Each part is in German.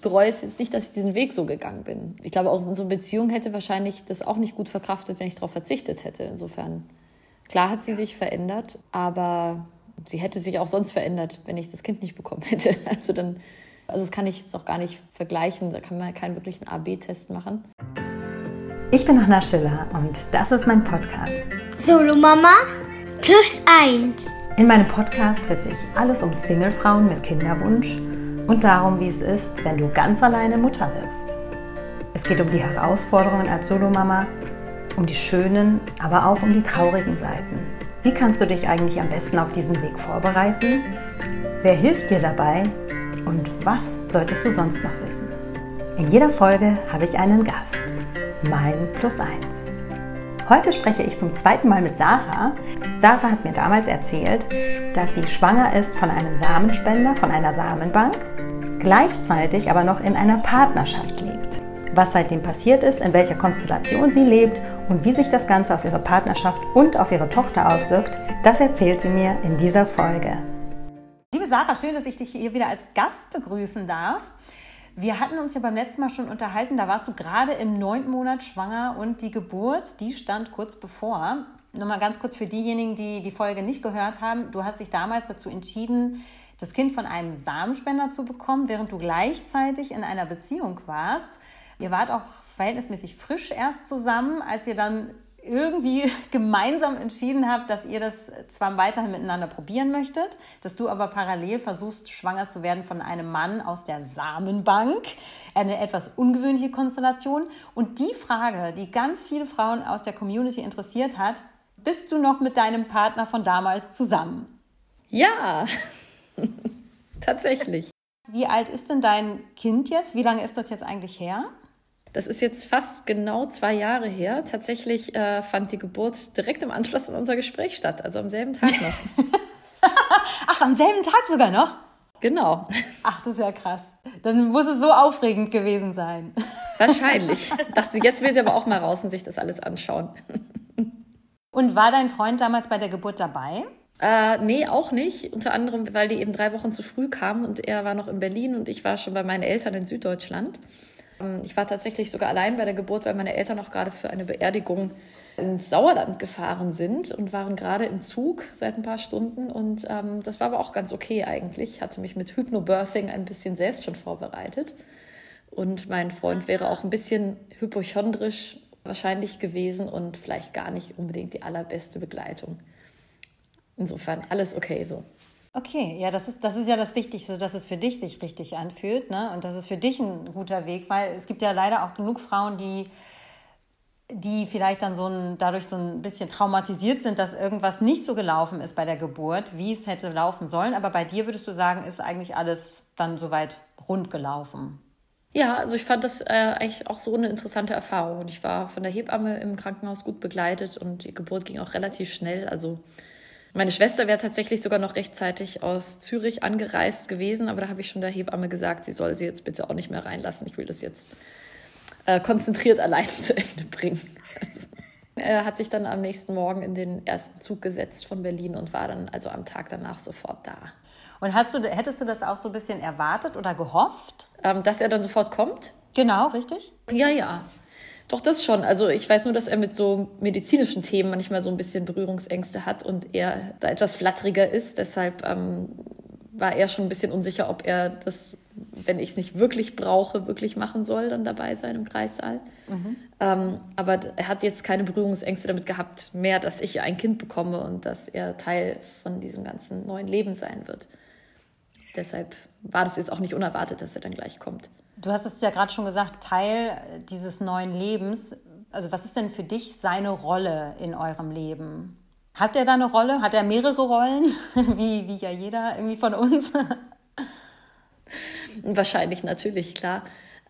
bereue es jetzt nicht, dass ich diesen Weg so gegangen bin. Ich glaube, auch in so einer Beziehung hätte wahrscheinlich das auch nicht gut verkraftet, wenn ich darauf verzichtet hätte. Insofern, klar hat sie sich verändert, aber sie hätte sich auch sonst verändert, wenn ich das Kind nicht bekommen hätte. Also das kann ich jetzt auch gar nicht vergleichen. Da kann man keinen wirklichen A-B-Test machen. Ich bin Anna Schiller und das ist mein Podcast. Solo Mama +1. In meinem Podcast wird sich alles um Singlefrauen mit Kinderwunsch und darum, wie es ist, wenn du ganz alleine Mutter wirst. Es geht um die Herausforderungen als Solomama, um die schönen, aber auch um die traurigen Seiten. Wie kannst du dich eigentlich am besten auf diesen Weg vorbereiten? Wer hilft dir dabei? Und was solltest du sonst noch wissen? In jeder Folge habe ich einen Gast. Mein +1. Heute spreche ich zum zweiten Mal mit Sarah. Sarah hat mir damals erzählt, dass sie schwanger ist von einem Samenspender, von einer Samenbank, gleichzeitig aber noch in einer Partnerschaft lebt. Was seitdem passiert ist, in welcher Konstellation sie lebt und wie sich das Ganze auf ihre Partnerschaft und auf ihre Tochter auswirkt, das erzählt sie mir in dieser Folge. Liebe Sarah, schön, dass ich dich hier wieder als Gast begrüßen darf. Wir hatten uns ja beim letzten Mal schon unterhalten, da warst du gerade im 9. Monat schwanger und die Geburt, die stand kurz bevor. Nochmal ganz kurz für diejenigen, die die Folge nicht gehört haben. Du hast dich damals dazu entschieden, das Kind von einem Samenspender zu bekommen, während du gleichzeitig in einer Beziehung warst. Ihr wart auch verhältnismäßig frisch erst zusammen, als ihr dann irgendwie gemeinsam entschieden habt, dass ihr das zwar weiterhin miteinander probieren möchtet, dass du aber parallel versuchst, schwanger zu werden von einem Mann aus der Samenbank. Eine etwas ungewöhnliche Konstellation. Und die Frage, die ganz viele Frauen aus der Community interessiert hat, bist du noch mit deinem Partner von damals zusammen? Ja, tatsächlich. Wie alt ist denn dein Kind jetzt? Wie lange ist das jetzt eigentlich her? Das ist jetzt fast genau 2 Jahre her. Tatsächlich fand die Geburt direkt im Anschluss an unser Gespräch statt, also am selben Tag noch. Ach, am selben Tag sogar noch? Genau. Ach, das ist ja krass. Dann muss es so aufregend gewesen sein. Wahrscheinlich. Dachte sie, jetzt will sie aber auch mal raus und sich das alles anschauen. Und war dein Freund damals bei der Geburt dabei? Nee, auch nicht. Unter anderem, weil die eben 3 Wochen zu früh kam und er war noch in Berlin und ich war schon bei meinen Eltern in Süddeutschland. Ich war tatsächlich sogar allein bei der Geburt, weil meine Eltern auch gerade für eine Beerdigung ins Sauerland gefahren sind und waren gerade im Zug seit ein paar Stunden. Und das war aber auch ganz okay eigentlich. Ich hatte mich mit Hypnobirthing ein bisschen selbst schon vorbereitet. Und mein Freund wäre auch ein bisschen hypochondrisch wahrscheinlich gewesen und vielleicht gar nicht unbedingt die allerbeste Begleitung. Insofern alles okay so. Okay, ja, das ist ja das Wichtigste, dass es für dich sich richtig anfühlt, ne? Und das ist für dich ein guter Weg, weil es gibt ja leider auch genug Frauen, die vielleicht dann dadurch so ein bisschen traumatisiert sind, dass irgendwas nicht so gelaufen ist bei der Geburt, wie es hätte laufen sollen. Aber bei dir würdest du sagen, ist eigentlich alles dann soweit rund gelaufen? Ja, also ich fand das eigentlich auch so eine interessante Erfahrung. Und ich war von der Hebamme im Krankenhaus gut begleitet und die Geburt ging auch relativ schnell. Also meine Schwester wäre tatsächlich sogar noch rechtzeitig aus Zürich angereist gewesen, aber da habe ich schon der Hebamme gesagt, sie soll sie jetzt bitte auch nicht mehr reinlassen. Ich will das jetzt konzentriert allein zu Ende bringen. Er hat sich dann am nächsten Morgen in den ersten Zug gesetzt von Berlin und war dann also am Tag danach sofort da. Und hättest du das auch so ein bisschen erwartet oder gehofft? Dass er dann sofort kommt? Genau, richtig? Ja. Doch, das schon. Also ich weiß nur, dass er mit so medizinischen Themen manchmal so ein bisschen Berührungsängste hat und er da etwas flatteriger ist. Deshalb war er schon ein bisschen unsicher, ob er das, wenn ich es nicht wirklich brauche, wirklich machen soll, dann dabei sein im Kreissaal. Mhm. Aber er hat jetzt keine Berührungsängste damit gehabt, mehr, dass ich ein Kind bekomme und dass er Teil von diesem ganzen neuen Leben sein wird. Deshalb war das jetzt auch nicht unerwartet, dass er dann gleich kommt. Du hast es ja gerade schon gesagt, Teil dieses neuen Lebens. Also was ist denn für dich seine Rolle in eurem Leben? Hat er da eine Rolle? Hat er mehrere Rollen? wie ja jeder irgendwie von uns? Wahrscheinlich, natürlich, klar.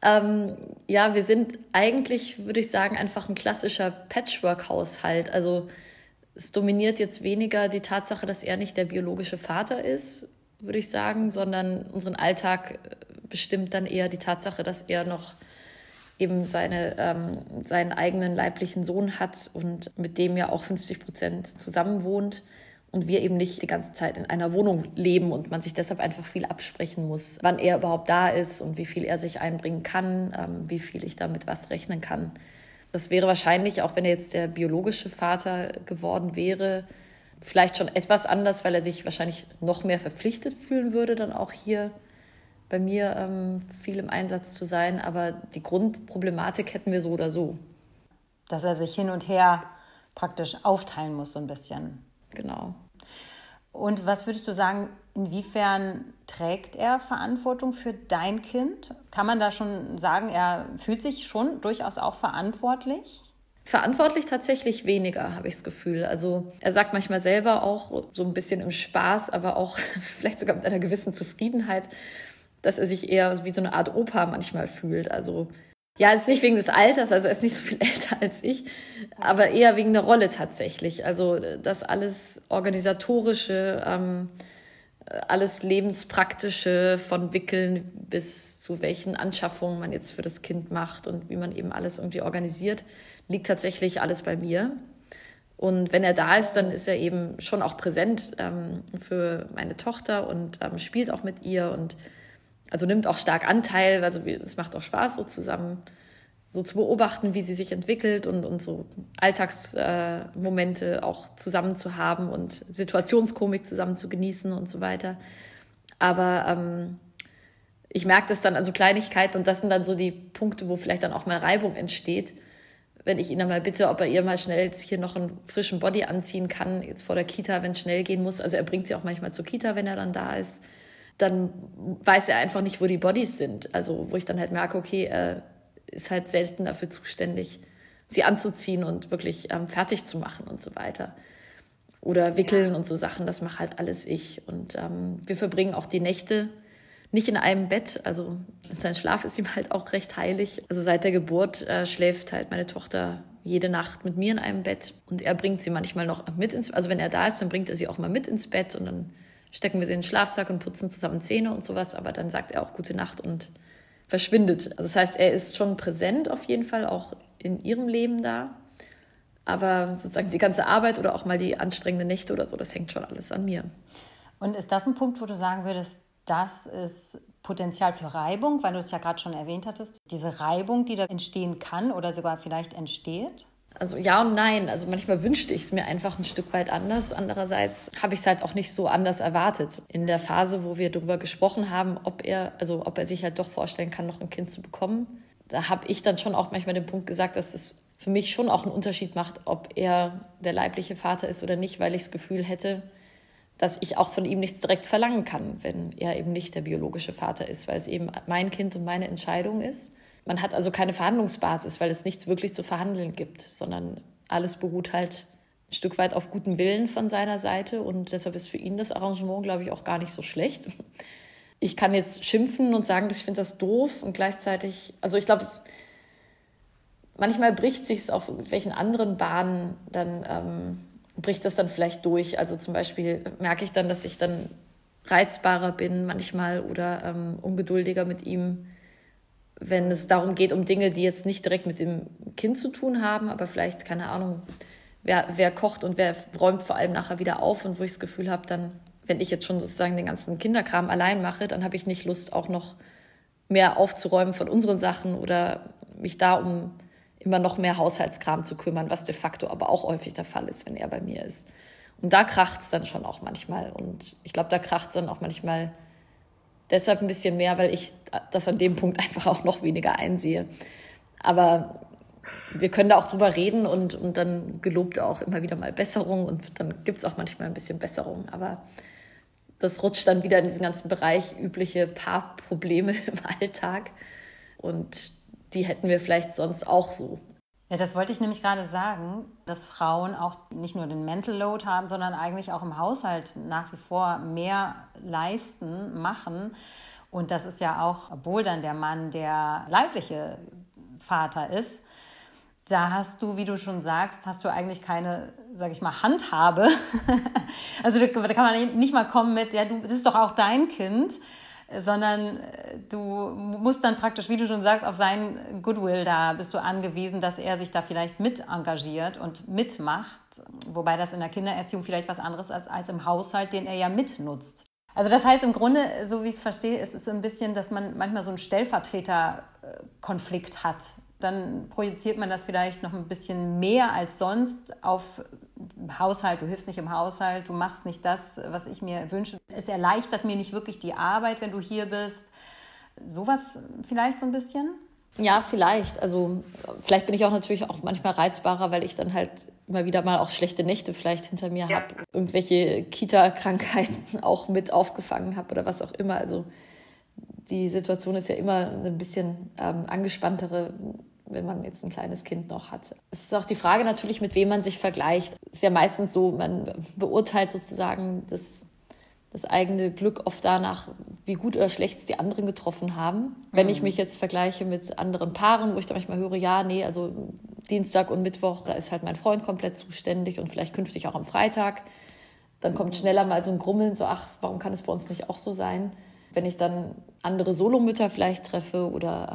Ja, wir sind eigentlich, würde ich sagen, einfach ein klassischer Patchwork-Haushalt. Also es dominiert jetzt weniger die Tatsache, dass er nicht der biologische Vater ist, würde ich sagen, sondern unseren Alltag bestimmt dann eher die Tatsache, dass er noch eben seinen eigenen leiblichen Sohn hat und mit dem ja auch 50% zusammen wohnt und wir eben nicht die ganze Zeit in einer Wohnung leben und man sich deshalb einfach viel absprechen muss, wann er überhaupt da ist und wie viel er sich einbringen kann, wie viel ich damit was rechnen kann. Das wäre wahrscheinlich, auch wenn er jetzt der biologische Vater geworden wäre, vielleicht schon etwas anders, weil er sich wahrscheinlich noch mehr verpflichtet fühlen würde, dann auch hier bei mir viel im Einsatz zu sein. Aber die Grundproblematik hätten wir so oder so. Dass er sich hin und her praktisch aufteilen muss so ein bisschen. Genau. Und was würdest du sagen, inwiefern trägt er Verantwortung für dein Kind? Kann man da schon sagen, er fühlt sich schon durchaus auch verantwortlich? Verantwortlich tatsächlich weniger, habe ich das Gefühl. Also er sagt manchmal selber auch so ein bisschen im Spaß, aber auch vielleicht sogar mit einer gewissen Zufriedenheit, dass er sich eher wie so eine Art Opa manchmal fühlt. Also ja, jetzt nicht wegen des Alters, also er ist nicht so viel älter als ich, aber eher wegen der Rolle tatsächlich. Also das alles Organisatorische, alles Lebenspraktische, von Wickeln bis zu welchen Anschaffungen man jetzt für das Kind macht und wie man eben alles irgendwie organisiert, liegt tatsächlich alles bei mir. Und wenn er da ist, dann ist er eben schon auch präsent für meine Tochter und spielt auch mit ihr und also nimmt auch stark Anteil, also es macht auch Spaß, so zusammen so zu beobachten, wie sie sich entwickelt und so Alltagsmomente auch zusammen zu haben und Situationskomik zusammen zu genießen und so weiter. Aber ich merke das dann an so Kleinigkeiten und das sind dann so die Punkte, wo vielleicht dann auch mal Reibung entsteht, wenn ich ihn dann mal bitte, ob er ihr mal schnell jetzt hier noch einen frischen Body anziehen kann, jetzt vor der Kita, wenn es schnell gehen muss. Also er bringt sie auch manchmal zur Kita, wenn er dann da ist. Dann weiß er einfach nicht, wo die Bodies sind. Also wo ich dann halt merke, okay, er ist halt selten dafür zuständig, sie anzuziehen und wirklich fertig zu machen und so weiter. Oder wickeln und so Sachen, das mache halt alles ich. Und wir verbringen auch die Nächte nicht in einem Bett. Also sein Schlaf ist ihm halt auch recht heilig. Also seit der Geburt schläft halt meine Tochter jede Nacht mit mir in einem Bett. Und er bringt sie manchmal noch mit ins Bett. Also wenn er da ist, dann bringt er sie auch mal mit ins Bett und dann stecken wir sie in den Schlafsack und putzen zusammen Zähne und sowas, aber dann sagt er auch gute Nacht und verschwindet. Also das heißt, er ist schon präsent auf jeden Fall, auch in ihrem Leben da. Aber sozusagen die ganze Arbeit oder auch mal die anstrengenden Nächte oder so, das hängt schon alles an mir. Und ist das ein Punkt, wo du sagen würdest, das ist Potenzial für Reibung, weil du es ja gerade schon erwähnt hattest, diese Reibung, die da entstehen kann oder sogar vielleicht entsteht? Also ja und nein. Also manchmal wünschte ich es mir einfach ein Stück weit anders. Andererseits habe ich es halt auch nicht so anders erwartet. In der Phase, wo wir darüber gesprochen haben, ob er sich halt doch vorstellen kann, noch ein Kind zu bekommen, da habe ich dann schon auch manchmal den Punkt gesagt, dass es für mich schon auch einen Unterschied macht, ob er der leibliche Vater ist oder nicht, weil ich das Gefühl hätte, dass ich auch von ihm nichts direkt verlangen kann, wenn er eben nicht der biologische Vater ist, weil es eben mein Kind und meine Entscheidung ist. Man hat also keine Verhandlungsbasis, weil es nichts wirklich zu verhandeln gibt, sondern alles beruht halt ein Stück weit auf gutem Willen von seiner Seite und deshalb ist für ihn das Arrangement, glaube ich, auch gar nicht so schlecht. Ich kann jetzt schimpfen und sagen, ich finde das doof und gleichzeitig, also ich glaube, manchmal bricht sich es auf irgendwelchen anderen Bahnen, dann bricht das dann vielleicht durch. Also zum Beispiel merke ich dann, dass ich dann reizbarer bin manchmal oder ungeduldiger mit ihm, wenn es darum geht, um Dinge, die jetzt nicht direkt mit dem Kind zu tun haben, aber vielleicht, keine Ahnung, wer kocht und wer räumt vor allem nachher wieder auf und wo ich das Gefühl habe, dann, wenn ich jetzt schon sozusagen den ganzen Kinderkram allein mache, dann habe ich nicht Lust, auch noch mehr aufzuräumen von unseren Sachen oder mich da um immer noch mehr Haushaltskram zu kümmern, was de facto aber auch häufig der Fall ist, wenn er bei mir ist. Und da kracht es dann schon auch manchmal. Und ich glaube, da kracht es dann auch manchmal deshalb ein bisschen mehr, weil ich das an dem Punkt einfach auch noch weniger einsehe. Aber wir können da auch drüber reden und dann gelobt auch immer wieder mal Besserung und dann gibt es auch manchmal ein bisschen Besserung. Aber das rutscht dann wieder in diesen ganzen Bereich übliche Paarprobleme im Alltag und die hätten wir vielleicht sonst auch so. Ja, das wollte ich nämlich gerade sagen, dass Frauen auch nicht nur den Mental Load haben, sondern eigentlich auch im Haushalt nach wie vor mehr leisten, machen. Und das ist ja auch, obwohl dann der Mann der leibliche Vater ist, da hast du, wie du schon sagst, hast du eigentlich keine, sag ich mal, Handhabe. Also da kann man nicht mal kommen mit, ja, das ist doch auch dein Kind. sondern du musst dann praktisch, wie du schon sagst, auf seinen Goodwill da bist du angewiesen, dass er sich da vielleicht mit engagiert und mitmacht, wobei das in der Kindererziehung vielleicht was anderes ist als im Haushalt, den er ja mitnutzt. Also das heißt im Grunde, so wie ich es verstehe, ist es ein bisschen, dass man manchmal so einen Stellvertreterkonflikt hat. Dann projiziert man das vielleicht noch ein bisschen mehr als sonst auf Haushalt. Du hilfst nicht im Haushalt, du machst nicht das, was ich mir wünsche. Es erleichtert mir nicht wirklich die Arbeit, wenn du hier bist. Sowas vielleicht so ein bisschen? Ja, vielleicht. Also vielleicht bin ich auch natürlich auch manchmal reizbarer, weil ich dann halt immer wieder mal auch schlechte Nächte vielleicht hinter mir habe. Irgendwelche Kita-Krankheiten auch mit aufgefangen habe oder was auch immer. Also die Situation ist ja immer ein bisschen angespanntere, wenn man jetzt ein kleines Kind noch hat. Es ist auch die Frage natürlich, mit wem man sich vergleicht. Es ist ja meistens so, man beurteilt sozusagen das eigene Glück oft danach, wie gut oder schlecht es die anderen getroffen haben. Wenn ich mich jetzt vergleiche mit anderen Paaren, wo ich dann manchmal höre, ja, nee, also Dienstag und Mittwoch, da ist halt mein Freund komplett zuständig und vielleicht künftig auch am Freitag. Dann kommt schneller mal so ein Grummeln, so ach, warum kann es bei uns nicht auch so sein? Wenn ich dann andere Solomütter vielleicht treffe oder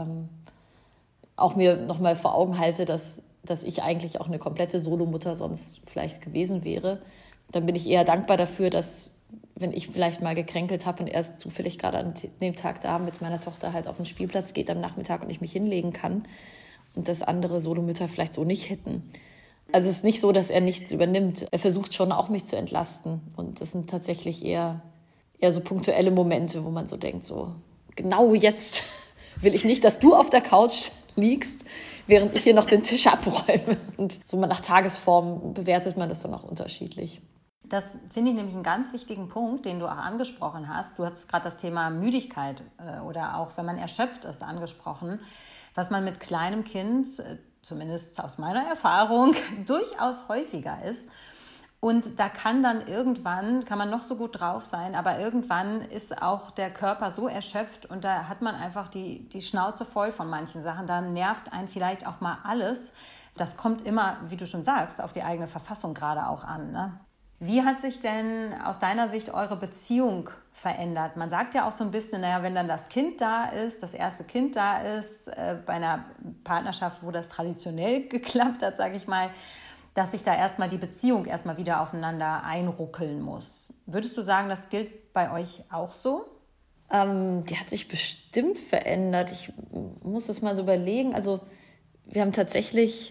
auch mir nochmal vor Augen halte, dass ich eigentlich auch eine komplette Solomutter sonst vielleicht gewesen wäre, dann bin ich eher dankbar dafür, dass, wenn ich vielleicht mal gekränkelt habe und erst zufällig gerade an dem Tag da mit meiner Tochter halt auf den Spielplatz geht am Nachmittag und ich mich hinlegen kann und das andere Solomütter vielleicht so nicht hätten. Also es ist nicht so, dass er nichts übernimmt. Er versucht schon auch, mich zu entlasten. Und das sind tatsächlich eher so punktuelle Momente, wo man so denkt, so genau jetzt will ich nicht, dass du auf der Couch liegst, während ich hier noch den Tisch abräume. Und so nach Tagesform bewertet man das dann auch unterschiedlich. Das finde ich nämlich einen ganz wichtigen Punkt, den du auch angesprochen hast. Du hast gerade das Thema Müdigkeit oder auch, wenn man erschöpft ist, angesprochen, was man mit kleinem Kind, zumindest aus meiner Erfahrung, durchaus häufiger ist. Und da kann man noch so gut drauf sein, aber irgendwann ist auch der Körper so erschöpft und da hat man einfach die Schnauze voll von manchen Sachen. Da nervt einen vielleicht auch mal alles. Das kommt immer, wie du schon sagst, auf die eigene Verfassung gerade auch an, ne? Wie hat sich denn aus deiner Sicht eure Beziehung verändert? Man sagt ja auch so ein bisschen, naja, wenn dann das Kind da ist, das erste Kind da ist, bei einer Partnerschaft, wo das traditionell geklappt hat, sage ich mal, dass sich da erstmal die Beziehung erstmal wieder aufeinander einruckeln muss. Würdest du sagen, das gilt bei euch auch so? Die hat sich bestimmt verändert. Ich muss es mal so überlegen. Also wir haben tatsächlich,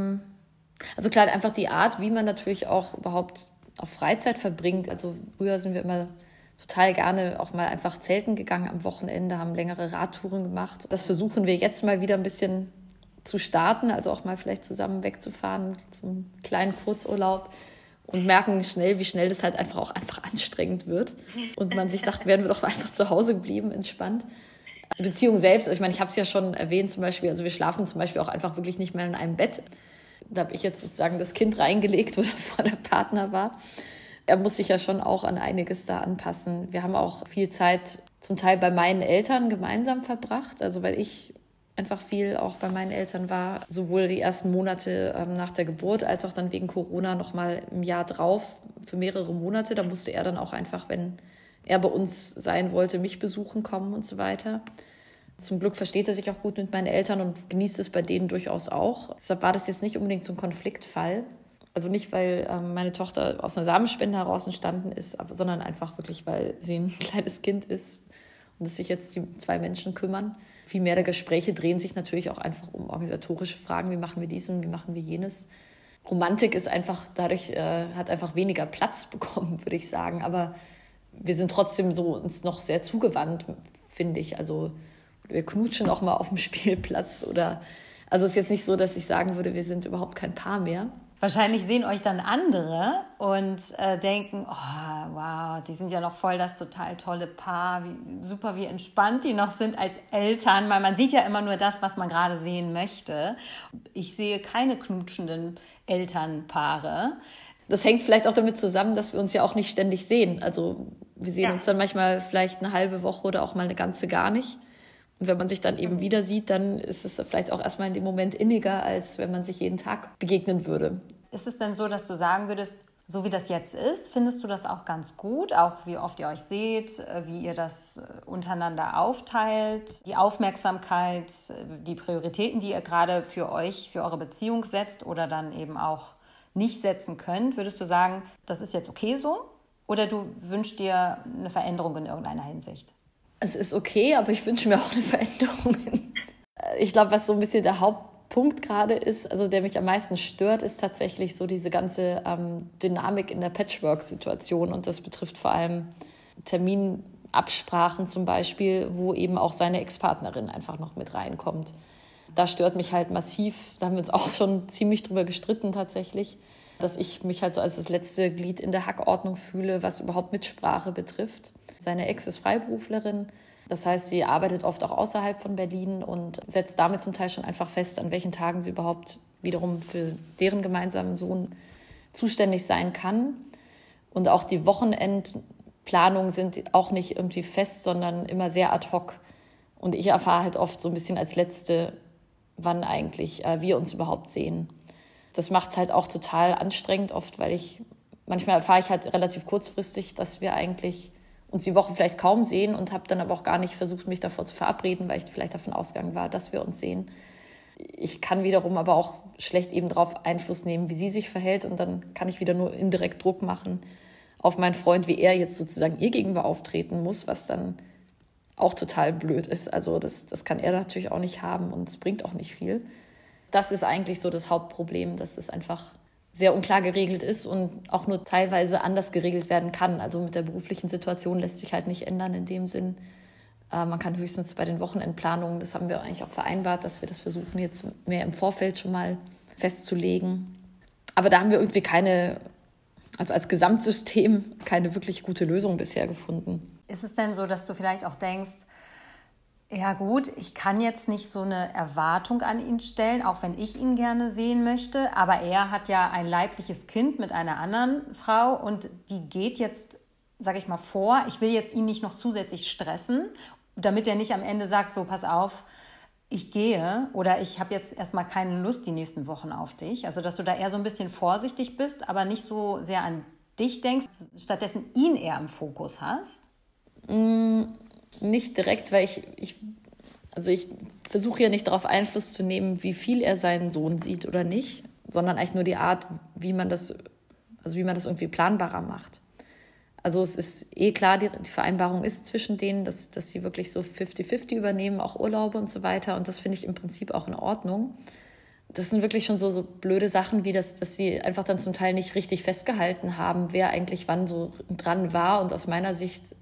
also klar, einfach die Art, wie man natürlich auch überhaupt auch Freizeit verbringt. Also früher sind wir immer total gerne auch mal einfach zelten gegangen am Wochenende, haben längere Radtouren gemacht. Das versuchen wir jetzt mal wieder ein bisschen zu starten, also auch mal vielleicht zusammen wegzufahren zum kleinen Kurzurlaub und merken schnell, wie schnell das halt einfach anstrengend wird und man sich sagt, wären wir doch einfach zu Hause geblieben, entspannt. Die Beziehung selbst, also ich meine, ich habe es ja schon erwähnt zum Beispiel, also wir schlafen zum Beispiel auch einfach wirklich nicht mehr in einem Bett. Da habe ich jetzt sozusagen das Kind reingelegt, wo davor der Partner war. Er muss sich ja schon auch an einiges da anpassen. Wir haben auch viel Zeit zum Teil bei meinen Eltern gemeinsam verbracht, also weil ich einfach viel auch bei meinen Eltern war, sowohl die ersten Monate nach der Geburt als auch dann wegen Corona noch mal im Jahr drauf für mehrere Monate. Da musste er dann auch einfach, wenn er bei uns sein wollte, mich besuchen kommen und so weiter. Zum Glück versteht er sich auch gut mit meinen Eltern und genießt es bei denen durchaus auch. Deshalb war das jetzt nicht unbedingt so ein Konfliktfall. Also nicht, weil meine Tochter aus einer Samenspende heraus entstanden ist, sondern einfach wirklich, weil sie ein kleines Kind ist und es sich jetzt die zwei Menschen kümmern. Viel mehr der Gespräche drehen sich natürlich auch einfach um organisatorische Fragen. Wie machen wir dies und wie machen wir jenes? Romantik ist einfach dadurch, hat einfach weniger Platz bekommen, würde ich sagen. Aber wir sind trotzdem so uns noch sehr zugewandt, finde ich. Also wir knutschen auch mal auf dem Spielplatz also es ist jetzt nicht so, dass ich sagen würde, wir sind überhaupt kein Paar mehr. Wahrscheinlich sehen euch dann andere und denken, oh, wow, die sind ja noch voll das total tolle Paar, wie entspannt die noch sind als Eltern, weil man sieht ja immer nur das, was man gerade sehen möchte. Ich sehe keine knutschenden Elternpaare. Das hängt vielleicht auch damit zusammen, dass wir uns ja auch nicht ständig sehen. Also wir sehen uns dann manchmal vielleicht eine halbe Woche oder auch mal eine ganze gar nicht. Und wenn man sich dann eben wieder sieht, dann ist es vielleicht auch erstmal in dem Moment inniger, als wenn man sich jeden Tag begegnen würde. Ist es denn so, dass du sagen würdest, So wie das jetzt ist, findest du das auch ganz gut? Auch wie oft ihr euch seht, wie ihr das untereinander aufteilt, die Aufmerksamkeit, die Prioritäten, die ihr gerade für euch, für eure Beziehung setzt oder dann eben auch nicht setzen könnt. Würdest du sagen, das ist jetzt okay so? Oder du wünschst dir eine Veränderung in irgendeiner Hinsicht? Es ist okay, aber ich wünsche mir auch eine Veränderung. Ich glaube, was so ein bisschen der Hauptpunkt gerade ist, also der mich am meisten stört, ist tatsächlich so diese ganze Dynamik in der Patchwork-Situation. Und das betrifft vor allem Terminabsprachen zum Beispiel, wo eben auch seine Ex-Partnerin einfach noch mit reinkommt. Da stört mich halt massiv, da haben wir uns auch schon ziemlich drüber gestritten tatsächlich, dass ich mich halt so als das letzte Glied in der Hackordnung fühle, was überhaupt Mitsprache betrifft. Seine Ex ist Freiberuflerin, das heißt, sie arbeitet oft auch außerhalb von Berlin und setzt damit zum Teil schon einfach fest, an welchen Tagen sie überhaupt wiederum für deren gemeinsamen Sohn zuständig sein kann. Und auch die Wochenendplanungen sind auch nicht irgendwie fest, sondern immer sehr ad hoc. Und ich erfahre halt oft so ein bisschen als Letzte, wann eigentlich wir uns überhaupt sehen. Das macht es halt auch total anstrengend oft, weil manchmal erfahre ich halt relativ kurzfristig, dass wir eigentlich uns die Woche vielleicht kaum sehen und habe dann aber auch gar nicht versucht, mich davor zu verabreden, weil ich vielleicht davon ausgegangen war, dass wir uns sehen. Ich kann wiederum aber auch schlecht eben darauf Einfluss nehmen, wie sie sich verhält, und dann kann ich wieder nur indirekt Druck machen auf meinen Freund, wie er jetzt sozusagen ihr gegenüber auftreten muss, was dann auch total blöd ist. Also das kann er natürlich auch nicht haben und es bringt auch nicht viel. Das ist eigentlich so das Hauptproblem, dass es einfach sehr unklar geregelt ist und auch nur teilweise anders geregelt werden kann. Also mit der beruflichen Situation lässt sich halt nicht ändern in dem Sinn. Man kann höchstens bei den Wochenendplanungen, das haben wir eigentlich auch vereinbart, dass wir das versuchen, jetzt mehr im Vorfeld schon mal festzulegen. Aber da haben wir irgendwie also als Gesamtsystem keine wirklich gute Lösung bisher gefunden. Ist es denn so, dass du vielleicht auch denkst, ja gut, ich kann jetzt nicht so eine Erwartung an ihn stellen, auch wenn ich ihn gerne sehen möchte, aber er hat ja ein leibliches Kind mit einer anderen Frau und die geht jetzt, sage ich mal, vor. Ich will jetzt ihn nicht noch zusätzlich stressen, damit er nicht am Ende sagt, so pass auf, ich gehe oder ich habe jetzt erstmal keine Lust die nächsten Wochen auf dich. Also dass du da eher so ein bisschen vorsichtig bist, aber nicht so sehr an dich denkst, stattdessen ihn eher im Fokus hast. Nicht direkt, weil ich versuche ja nicht darauf Einfluss zu nehmen, wie viel er seinen Sohn sieht oder nicht, sondern eigentlich nur die Art, wie man das irgendwie planbarer macht. Also es ist klar, die Vereinbarung ist zwischen denen, dass sie wirklich so 50-50 übernehmen, auch Urlaube und so weiter. Und das finde ich im Prinzip auch in Ordnung. Das sind wirklich schon so blöde Sachen, wie dass sie einfach dann zum Teil nicht richtig festgehalten haben, wer eigentlich wann so dran war. Und aus meiner Sicht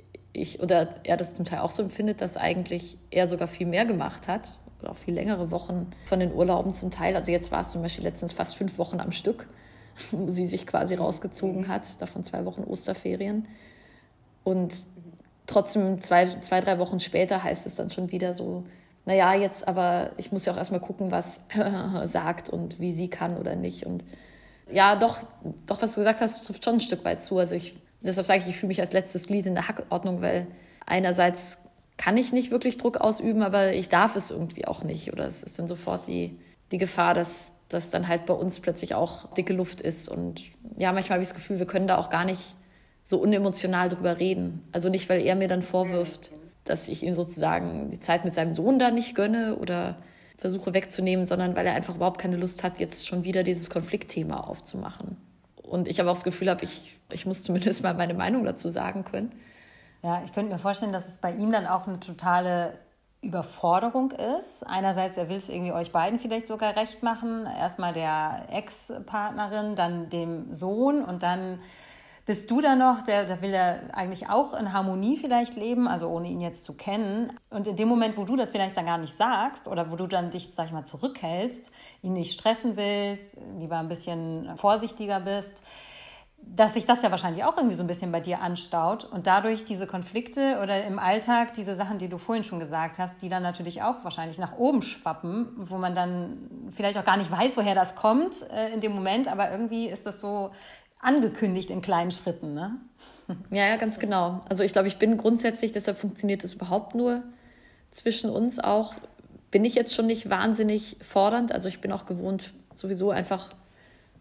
er das zum Teil auch so empfindet, dass eigentlich er sogar viel mehr gemacht hat oder auch viel längere Wochen von den Urlauben zum Teil. Also jetzt war es zum Beispiel letztens fast 5 Wochen am Stück, wo sie sich quasi rausgezogen hat, davon 2 Wochen Osterferien. Und trotzdem 2-3 Wochen später heißt es dann schon wieder so, naja, jetzt aber, ich muss ja auch erstmal gucken, was sagt und wie sie kann oder nicht. Und ja, doch, was du gesagt hast, trifft schon ein Stück weit zu. Also deshalb sage ich fühle mich als letztes Glied in der Hackordnung, weil einerseits kann ich nicht wirklich Druck ausüben, aber ich darf es irgendwie auch nicht. Oder es ist dann sofort die Gefahr, dass das dann halt bei uns plötzlich auch dicke Luft ist. Und ja, manchmal habe ich das Gefühl, wir können da auch gar nicht so unemotional drüber reden. Also nicht, weil er mir dann vorwirft, dass ich ihm sozusagen die Zeit mit seinem Sohn da nicht gönne oder versuche wegzunehmen, sondern weil er einfach überhaupt keine Lust hat, jetzt schon wieder dieses Konfliktthema aufzumachen. Und ich aber auch das Gefühl habe, ich muss zumindest mal meine Meinung dazu sagen können. Ja, ich könnte mir vorstellen, dass es bei ihm dann auch eine totale Überforderung ist. Einerseits, er will es irgendwie euch beiden vielleicht sogar recht machen. Erstmal der Ex-Partnerin, dann dem Sohn und dann bist du da noch, da will er eigentlich auch in Harmonie vielleicht leben, also ohne ihn jetzt zu kennen. Und in dem Moment, wo du das vielleicht dann gar nicht sagst oder wo du dann dich, sag ich mal, zurückhältst, ihn nicht stressen willst, lieber ein bisschen vorsichtiger bist, dass sich das ja wahrscheinlich auch irgendwie so ein bisschen bei dir anstaut und dadurch diese Konflikte oder im Alltag diese Sachen, die du vorhin schon gesagt hast, die dann natürlich auch wahrscheinlich nach oben schwappen, wo man dann vielleicht auch gar nicht weiß, woher das kommt in dem Moment, aber irgendwie ist das so angekündigt in kleinen Schritten, ne? Ja, ganz genau. Also ich glaube, ich bin grundsätzlich, deshalb funktioniert es überhaupt nur zwischen uns auch, bin ich jetzt schon nicht wahnsinnig fordernd. Also ich bin auch gewohnt, sowieso einfach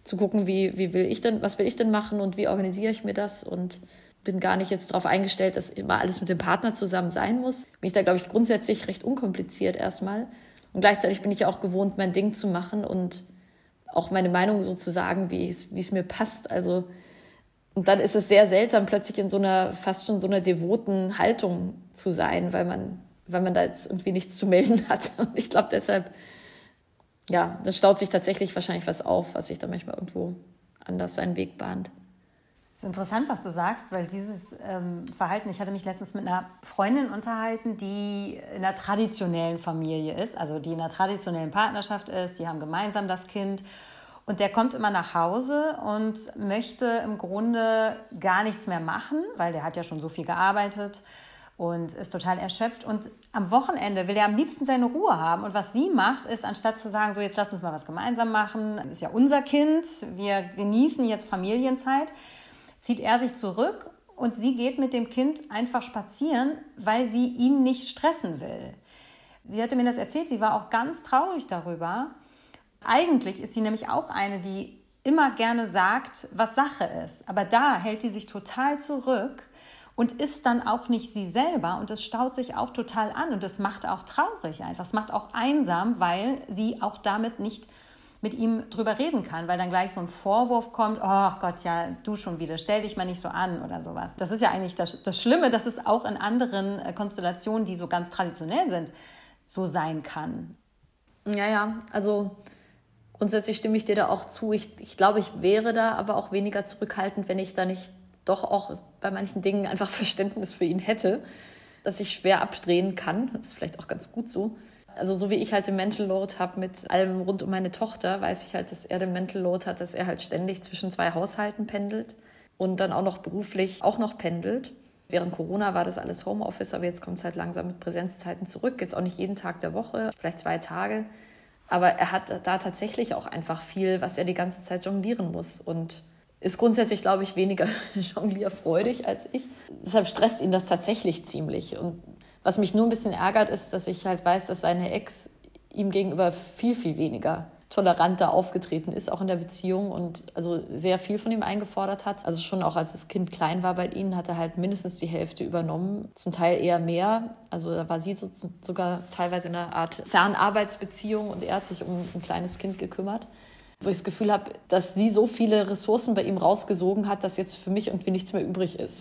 zu gucken, was will ich denn machen und wie organisiere ich mir das, und bin gar nicht jetzt darauf eingestellt, dass immer alles mit dem Partner zusammen sein muss. Bin ich da, glaube ich, grundsätzlich recht unkompliziert erstmal. Und gleichzeitig bin ich ja auch gewohnt, mein Ding zu machen und auch meine Meinung so zu sagen, wie es mir passt. Also, und dann ist es sehr seltsam, plötzlich in so einer, fast schon so einer devoten Haltung zu sein, weil man da jetzt irgendwie nichts zu melden hat. Und ich glaube deshalb, ja, da staut sich tatsächlich wahrscheinlich was auf, was sich da manchmal irgendwo anders seinen Weg bahnt. Es ist interessant, was du sagst, weil dieses Verhalten, ich hatte mich letztens mit einer Freundin unterhalten, die in einer traditionellen Familie ist, also die in einer traditionellen Partnerschaft ist, die haben gemeinsam das Kind, und der kommt immer nach Hause und möchte im Grunde gar nichts mehr machen, weil der hat ja schon so viel gearbeitet und ist total erschöpft, und am Wochenende will er am liebsten seine Ruhe haben, und was sie macht, ist, anstatt zu sagen, so jetzt lass uns mal was gemeinsam machen, ist ja unser Kind, wir genießen jetzt Familienzeit, zieht er sich zurück und sie geht mit dem Kind einfach spazieren, weil sie ihn nicht stressen will. Sie hatte mir das erzählt, sie war auch ganz traurig darüber. Eigentlich ist sie nämlich auch eine, die immer gerne sagt, was Sache ist. Aber da hält die sich total zurück und ist dann auch nicht sie selber. Und es staut sich auch total an und es macht auch traurig einfach. Es macht auch einsam, weil sie auch damit nicht mit ihm drüber reden kann, weil dann gleich so ein Vorwurf kommt, oh Gott, ja, du schon wieder, stell dich mal nicht so an oder sowas. Das ist ja eigentlich das Schlimme, dass es auch in anderen Konstellationen, die so ganz traditionell sind, so sein kann. Ja, also grundsätzlich stimme ich dir da auch zu. Ich glaube, ich wäre da aber auch weniger zurückhaltend, wenn ich da nicht doch auch bei manchen Dingen einfach Verständnis für ihn hätte, dass ich schwer abdrehen kann. Das ist vielleicht auch ganz gut so. Also so wie ich halt den Mental Load habe mit allem rund um meine Tochter, weiß ich halt, dass er den Mental Load hat, dass er halt ständig zwischen 2 Haushalten pendelt und dann auch noch beruflich auch noch pendelt. Während Corona war das alles Homeoffice, aber jetzt kommt es halt langsam mit Präsenzzeiten zurück. Jetzt auch nicht jeden Tag der Woche, vielleicht 2 Tage. Aber er hat da tatsächlich auch einfach viel, was er die ganze Zeit jonglieren muss, und ist grundsätzlich, glaube ich, weniger jonglierfreudig als ich. Deshalb stresst ihn das tatsächlich ziemlich. Und was mich nur ein bisschen ärgert, ist, dass ich halt weiß, dass seine Ex ihm gegenüber viel, viel weniger toleranter aufgetreten ist, auch in der Beziehung, und also sehr viel von ihm eingefordert hat. Also schon auch als das Kind klein war bei ihnen, hat er halt mindestens die Hälfte übernommen, zum Teil eher mehr. Also da war sie sogar teilweise in einer Art Fernarbeitsbeziehung und er hat sich um ein kleines Kind gekümmert. Wo ich das Gefühl habe, dass sie so viele Ressourcen bei ihm rausgesogen hat, dass jetzt für mich irgendwie nichts mehr übrig ist.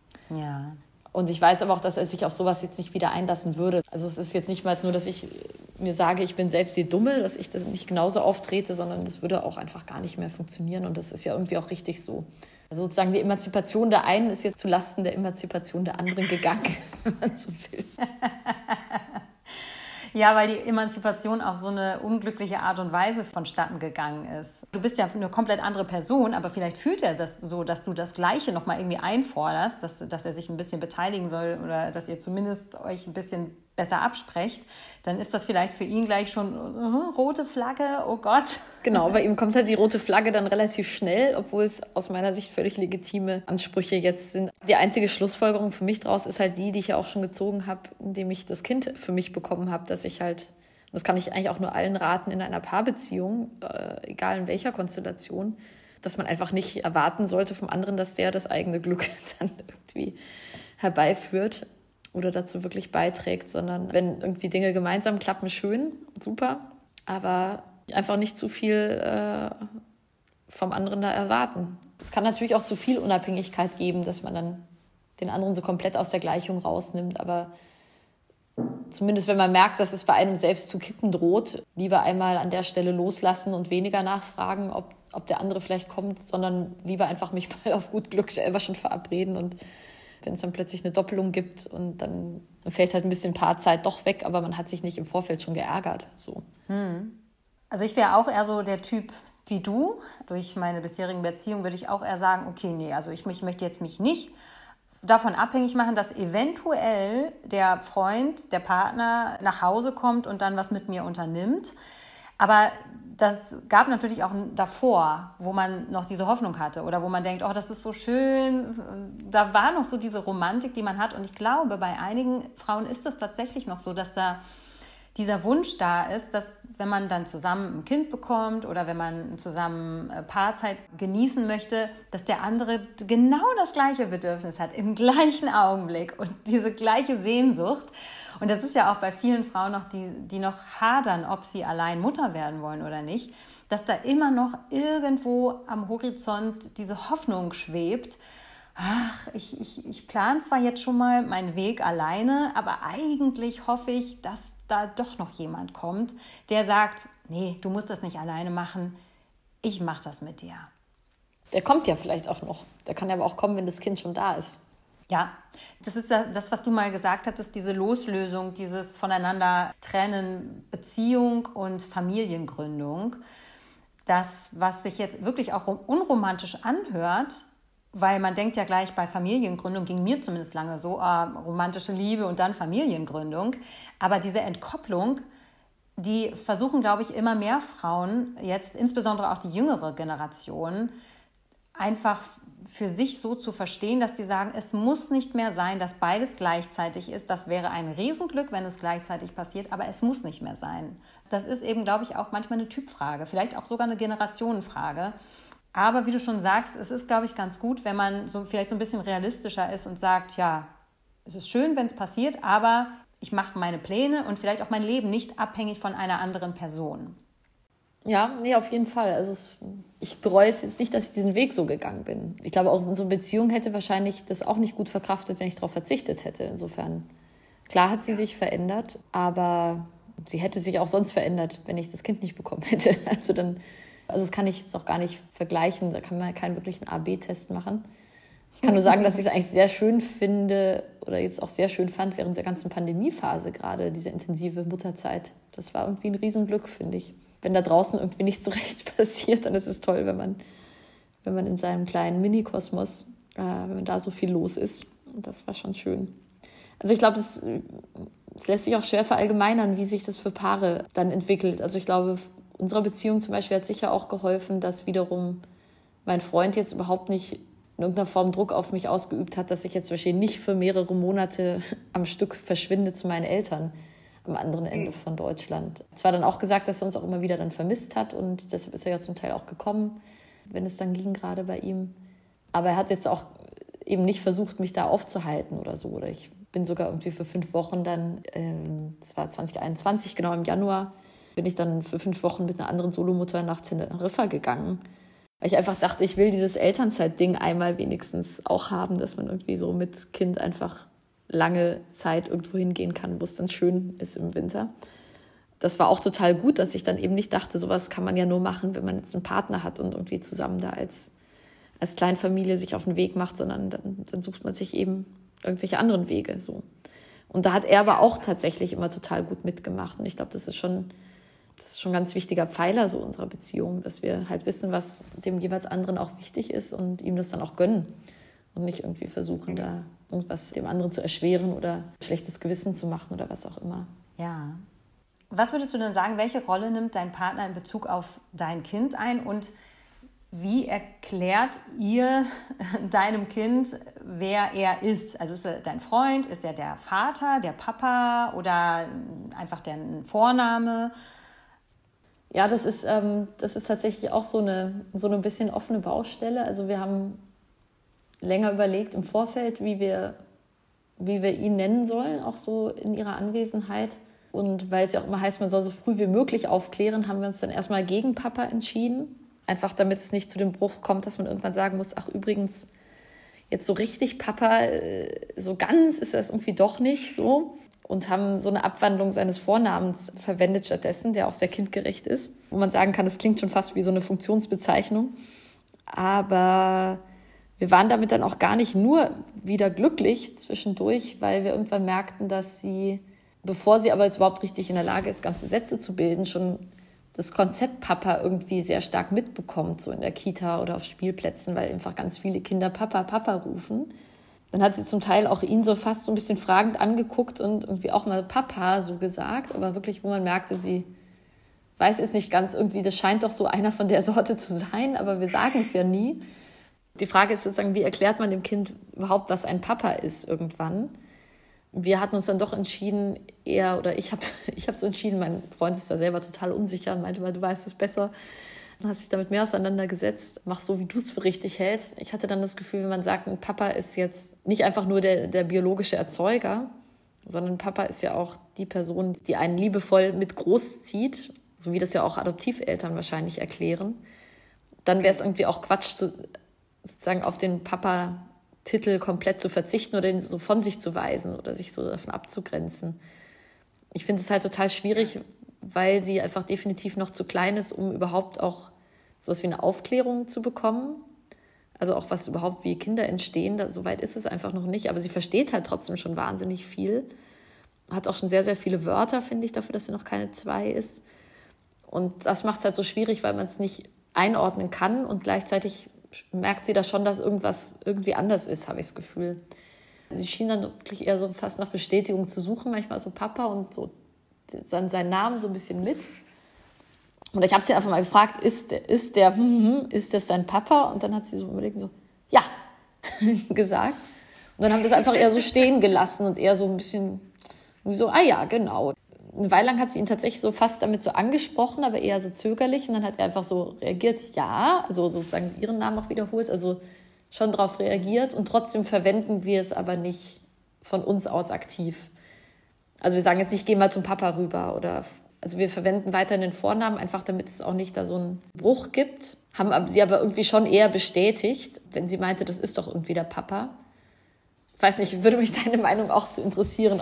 Ja. Und ich weiß aber auch, dass er sich auf sowas jetzt nicht wieder einlassen würde. Also es ist jetzt nicht mal nur, dass ich mir sage, ich bin selbst die Dumme, dass ich das nicht genauso auftrete, sondern das würde auch einfach gar nicht mehr funktionieren. Und das ist ja irgendwie auch richtig so. Also sozusagen die Emanzipation der einen ist jetzt zulasten der Emanzipation der anderen gegangen, wenn man so will. Ja, weil die Emanzipation auf so eine unglückliche Art und Weise vonstatten gegangen ist. Du bist ja eine komplett andere Person, aber vielleicht fühlt er das so, dass du das Gleiche nochmal irgendwie einforderst, dass er sich ein bisschen beteiligen soll oder dass ihr zumindest euch ein bisschen besser absprecht. Dann ist das vielleicht für ihn gleich schon rote Flagge, oh Gott. Genau, bei ihm kommt halt die rote Flagge dann relativ schnell, obwohl es aus meiner Sicht völlig legitime Ansprüche jetzt sind. Die einzige Schlussfolgerung für mich daraus ist halt die ich ja auch schon gezogen habe, indem ich das Kind für mich bekommen habe, dass ich halt, das kann ich eigentlich auch nur allen raten in einer Paarbeziehung, egal in welcher Konstellation, dass man einfach nicht erwarten sollte vom anderen, dass der das eigene Glück dann irgendwie herbeiführt oder dazu wirklich beiträgt, sondern wenn irgendwie Dinge gemeinsam klappen, schön, super, aber einfach nicht zu viel vom anderen da erwarten. Es kann natürlich auch zu viel Unabhängigkeit geben, dass man dann den anderen so komplett aus der Gleichung rausnimmt, aber zumindest wenn man merkt, dass es bei einem selbst zu kippen droht, lieber einmal an der Stelle loslassen und weniger nachfragen, ob der andere vielleicht kommt, sondern lieber einfach mich mal auf gut Glück selber schon verabreden, und wenn es dann plötzlich eine Doppelung gibt und dann fällt halt ein bisschen Paarzeit doch weg, aber man hat sich nicht im Vorfeld schon geärgert. So. Also ich wäre auch eher so der Typ wie du. Durch meine bisherigen Beziehungen würde ich auch eher sagen, okay, nee, also ich möchte jetzt mich nicht davon abhängig machen, dass eventuell der Freund, der Partner nach Hause kommt und dann was mit mir unternimmt. Aber das gab natürlich auch davor, wo man noch diese Hoffnung hatte oder wo man denkt, oh, das ist so schön. Da war noch so diese Romantik, die man hat. Und ich glaube, bei einigen Frauen ist es tatsächlich noch so, dass da dieser Wunsch da ist, dass wenn man dann zusammen ein Kind bekommt oder wenn man zusammen Paarzeit genießen möchte, dass der andere genau das gleiche Bedürfnis hat, im gleichen Augenblick und diese gleiche Sehnsucht. Und das ist ja auch bei vielen Frauen noch, die noch hadern, ob sie allein Mutter werden wollen oder nicht, dass da immer noch irgendwo am Horizont diese Hoffnung schwebt. Ach, ich plane zwar jetzt schon mal meinen Weg alleine, aber eigentlich hoffe ich, dass da doch noch jemand kommt, der sagt, nee, du musst das nicht alleine machen, ich mache das mit dir. Der kommt ja vielleicht auch noch. Der kann aber auch kommen, wenn das Kind schon da ist. Ja, das ist ja das, was du mal gesagt hattest, diese Loslösung, dieses voneinander trennen, Beziehung und Familiengründung. Das, was sich jetzt wirklich auch unromantisch anhört, weil man denkt ja gleich bei Familiengründung, ging mir zumindest lange so, romantische Liebe und dann Familiengründung. Aber diese Entkopplung, die versuchen, glaube ich, immer mehr Frauen, jetzt insbesondere auch die jüngere Generation, einfach für sich so zu verstehen, dass die sagen, es muss nicht mehr sein, dass beides gleichzeitig ist. Das wäre ein Riesenglück, wenn es gleichzeitig passiert, aber es muss nicht mehr sein. Das ist eben, glaube ich, auch manchmal eine Typfrage, vielleicht auch sogar eine Generationenfrage. Aber wie du schon sagst, es ist, glaube ich, ganz gut, wenn man so vielleicht so ein bisschen realistischer ist und sagt, ja, es ist schön, wenn es passiert, aber ich mache meine Pläne und vielleicht auch mein Leben nicht abhängig von einer anderen Person. Ja, nee, auf jeden Fall. Also ich bereue es jetzt nicht, dass ich diesen Weg so gegangen bin. Ich glaube, auch in so einer Beziehung hätte wahrscheinlich das auch nicht gut verkraftet, wenn ich darauf verzichtet hätte. Insofern, klar hat sie sich verändert, aber sie hätte sich auch sonst verändert, wenn ich das Kind nicht bekommen hätte. Also das kann ich jetzt auch gar nicht vergleichen. Da kann man keinen wirklichen A-B-Test machen. Ich kann nur sagen, dass ich es eigentlich sehr schön finde oder jetzt auch sehr schön fand während der ganzen Pandemiephase gerade, diese intensive Mutterzeit. Das war irgendwie ein Riesenglück, finde ich. Wenn da draußen irgendwie nicht so recht passiert, dann ist es toll, wenn man in seinem kleinen Mini-Kosmos, wenn man da so viel los ist. Und das war schon schön. Also ich glaube, es lässt sich auch schwer verallgemeinern, wie sich das für Paare dann entwickelt. Also ich glaube, unserer Beziehung zum Beispiel hat sicher auch geholfen, dass wiederum mein Freund jetzt überhaupt nicht in irgendeiner Form Druck auf mich ausgeübt hat, dass ich jetzt zum Beispiel nicht für mehrere Monate am Stück verschwinde zu meinen Eltern am anderen Ende von Deutschland. Es war dann auch gesagt, dass er uns auch immer wieder dann vermisst hat und deshalb ist er ja zum Teil auch gekommen, wenn es dann ging, gerade bei ihm. Aber er hat jetzt auch eben nicht versucht, mich da aufzuhalten oder so. Oder ich bin sogar irgendwie für 5 Wochen dann, das war 2021, genau im Januar, bin ich dann für 5 Wochen mit einer anderen Solomutter nach Teneriffa gegangen. Weil ich einfach dachte, ich will dieses Elternzeit-Ding einmal wenigstens auch haben, dass man irgendwie so mit Kind einfach lange Zeit irgendwo hingehen kann, wo es dann schön ist im Winter. Das war auch total gut, dass ich dann eben nicht dachte, sowas kann man ja nur machen, wenn man jetzt einen Partner hat und irgendwie zusammen da als Kleinfamilie sich auf den Weg macht, sondern dann sucht man sich eben irgendwelche anderen Wege. So. Und da hat er aber auch tatsächlich immer total gut mitgemacht. Und ich glaube, das ist schon ein ganz wichtiger Pfeiler so unserer Beziehung, dass wir halt wissen, was dem jeweils anderen auch wichtig ist und ihm das dann auch gönnen und nicht irgendwie versuchen, da irgendwas dem anderen zu erschweren oder schlechtes Gewissen zu machen oder was auch immer. Ja. Was würdest du denn sagen, welche Rolle nimmt dein Partner in Bezug auf dein Kind ein und wie erklärt ihr deinem Kind, wer er ist? Also ist er dein Freund, ist er der Vater, der Papa oder einfach der Vorname? Ja, das ist tatsächlich auch so eine bisschen offene Baustelle. Also wir haben länger überlegt im Vorfeld, wie wir ihn nennen sollen, auch so in ihrer Anwesenheit. Und weil es ja auch immer heißt, man soll so früh wie möglich aufklären, haben wir uns dann erstmal gegen Papa entschieden. Einfach damit es nicht zu dem Bruch kommt, dass man irgendwann sagen muss, ach übrigens, jetzt so richtig Papa, so ganz ist das irgendwie doch nicht so. Und haben so eine Abwandlung seines Vornamens verwendet stattdessen, der auch sehr kindgerecht ist. Wo man sagen kann, das klingt schon fast wie so eine Funktionsbezeichnung. Aber wir waren damit dann auch gar nicht nur wieder glücklich zwischendurch, weil wir irgendwann merkten, dass sie, bevor sie aber jetzt überhaupt richtig in der Lage ist, ganze Sätze zu bilden, schon das Konzept Papa irgendwie sehr stark mitbekommt, so in der Kita oder auf Spielplätzen, weil einfach ganz viele Kinder Papa, Papa rufen. Dann hat sie zum Teil auch ihn so fast so ein bisschen fragend angeguckt und irgendwie auch mal Papa so gesagt, aber wirklich, wo man merkte, sie weiß jetzt nicht ganz irgendwie, das scheint doch so einer von der Sorte zu sein, aber wir sagen es ja nie. Die Frage ist sozusagen, wie erklärt man dem Kind überhaupt, was ein Papa ist irgendwann? wir hatten uns dann doch entschieden, ich habe so entschieden, mein Freund ist da selber total unsicher und meinte mal, du weißt es besser, du hast dich damit mehr auseinandergesetzt, mach so, wie du es für richtig hältst. Ich hatte dann das Gefühl, wenn man sagt, ein Papa ist jetzt nicht einfach nur der biologische Erzeuger, sondern Papa ist ja auch die Person, die einen liebevoll mit großzieht, so wie das ja auch Adoptiveltern wahrscheinlich erklären, dann wäre es irgendwie auch Quatsch, sozusagen auf den Papa-Titel komplett zu verzichten oder ihn so von sich zu weisen oder sich so davon abzugrenzen. Ich finde es halt total schwierig, weil sie einfach definitiv noch zu klein ist, um überhaupt auch sowas wie eine Aufklärung zu bekommen. Also auch was überhaupt wie Kinder entstehen, soweit ist es einfach noch nicht. Aber sie versteht halt trotzdem schon wahnsinnig viel. Hat auch schon sehr, sehr viele Wörter, finde ich, dafür, dass sie noch keine 2 ist. Und das macht es halt so schwierig, weil man es nicht einordnen kann. Und gleichzeitig merkt sie da schon, dass irgendwas irgendwie anders ist, habe ich das Gefühl. Sie schien dann wirklich eher so fast nach Bestätigung zu suchen, manchmal so Papa und so dann seinen Namen so ein bisschen mit. Und ich habe sie einfach mal gefragt, ist das dein Papa? Und dann hat sie so überlegt, so, ja, gesagt. Und dann haben wir es einfach eher so stehen gelassen und eher so ein bisschen so, ja, genau. Eine Weile lang hat sie ihn tatsächlich so fast damit so angesprochen, aber eher so zögerlich. Und dann hat er einfach so reagiert, ja, also sozusagen ihren Namen auch wiederholt, also schon darauf reagiert. Und trotzdem verwenden wir es aber nicht von uns aus aktiv. Also wir sagen jetzt nicht, geh mal zum Papa rüber also wir verwenden weiterhin den Vornamen, einfach damit es auch nicht da so einen Bruch gibt. Haben sie aber irgendwie schon eher bestätigt, wenn sie meinte, das ist doch irgendwie der Papa. Ich weiß nicht, würde mich deine Meinung auch zu interessieren,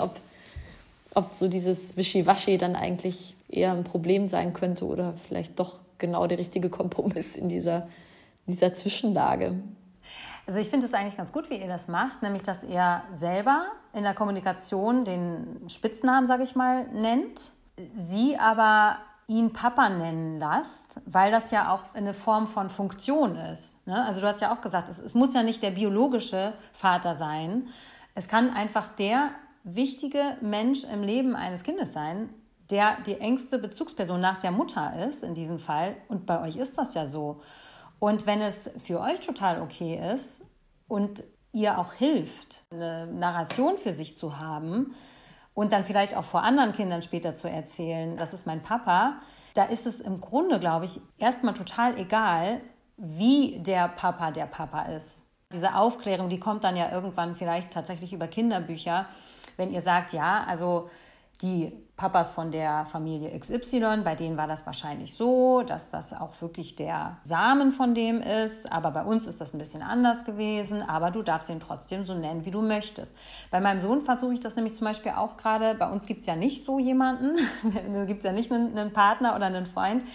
ob so dieses Wischiwaschi dann eigentlich eher ein Problem sein könnte oder vielleicht doch genau der richtige Kompromiss in dieser Zwischenlage. Also ich finde es eigentlich ganz gut, wie ihr das macht, nämlich dass ihr selber in der Kommunikation den Spitznamen, sage ich mal, nennt, sie aber ihn Papa nennen lasst, weil das ja auch eine Form von Funktion ist. Ne? Also du hast ja auch gesagt, es muss ja nicht der biologische Vater sein. Es kann einfach der wichtige Mensch im Leben eines Kindes sein, der die engste Bezugsperson nach der Mutter ist, in diesem Fall. Und bei euch ist das ja so. Und wenn es für euch total okay ist und ihr auch hilft, eine Narration für sich zu haben und dann vielleicht auch vor anderen Kindern später zu erzählen, das ist mein Papa, da ist es im Grunde, glaube ich, erstmal total egal, wie der Papa ist. Diese Aufklärung, die kommt dann ja irgendwann vielleicht tatsächlich über Kinderbücher, wenn ihr sagt, ja, also die Papas von der Familie XY, bei denen war das wahrscheinlich so, dass das auch wirklich der Samen von dem ist, aber bei uns ist das ein bisschen anders gewesen, aber du darfst ihn trotzdem so nennen, wie du möchtest. Bei meinem Sohn versuche ich das nämlich zum Beispiel auch gerade, bei uns gibt es ja nicht so jemanden, da gibt es ja nicht einen Partner oder einen Freund.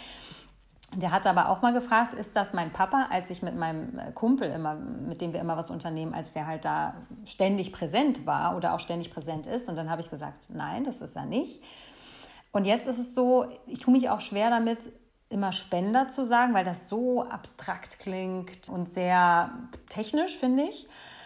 Der hat aber auch mal gefragt, ist das mein Papa, als ich mit meinem Kumpel mit dem wir immer was unternehmen, als der halt da ständig präsent war oder auch ständig präsent ist. Und dann habe ich gesagt, nein, das ist er nicht. Und jetzt ist es so, ich tue mich auch schwer damit, immer Spender zu sagen, weil das so abstrakt klingt und sehr technisch, finde ich.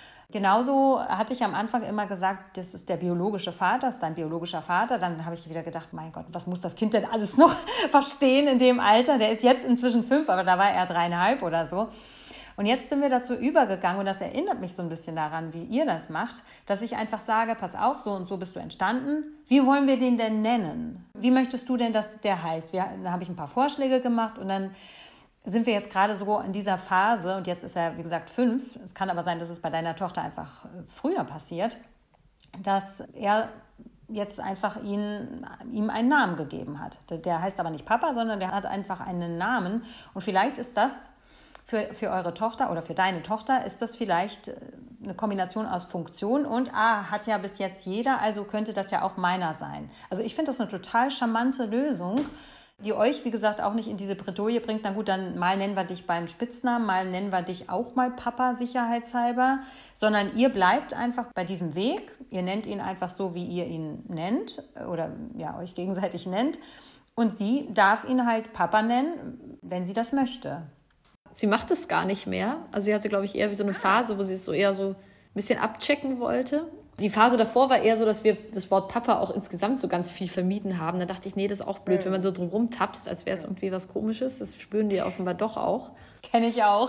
Genauso hatte ich am Anfang immer gesagt, das ist der biologische Vater, das ist dein biologischer Vater. Dann habe ich wieder gedacht, mein Gott, was muss das Kind denn alles noch verstehen in dem Alter? Der ist jetzt inzwischen 5, aber da war er 3,5 oder so. Und jetzt sind wir dazu übergegangen, und das erinnert mich so ein bisschen daran, wie ihr das macht, dass ich einfach sage, pass auf, so und so bist du entstanden. Wie wollen wir den denn nennen? Wie möchtest du denn, dass der heißt? Da habe ich ein paar Vorschläge gemacht und dann sind wir jetzt gerade so in dieser Phase, und jetzt ist er, wie gesagt, 5, es kann aber sein, dass es bei deiner Tochter einfach früher passiert, dass er jetzt einfach ihm einen Namen gegeben hat. Der heißt aber nicht Papa, sondern der hat einfach einen Namen. Und vielleicht ist das für eure Tochter oder für deine Tochter, ist das vielleicht eine Kombination aus Funktion und hat ja bis jetzt jeder, also könnte das ja auch meiner sein. Also ich finde das eine total charmante Lösung, die euch, wie gesagt, auch nicht in diese Bredouille bringt. Na gut, dann mal nennen wir dich beim Spitznamen, mal nennen wir dich auch mal Papa sicherheitshalber, sondern ihr bleibt einfach bei diesem Weg. Ihr nennt ihn einfach so, wie ihr ihn nennt oder ja, euch gegenseitig nennt. Und sie darf ihn halt Papa nennen, wenn sie das möchte. Sie macht es gar nicht mehr. Also sie hatte, glaube ich, eher wie so eine Phase, wo sie es so eher so ein bisschen abchecken wollte. Die Phase davor war eher so, dass wir das Wort Papa auch insgesamt so ganz viel vermieden haben. Da dachte ich, nee, das ist auch blöd, wenn man so drum rumtapst, als wäre es irgendwie was Komisches. Das spüren die offenbar doch auch. Kenne ich auch.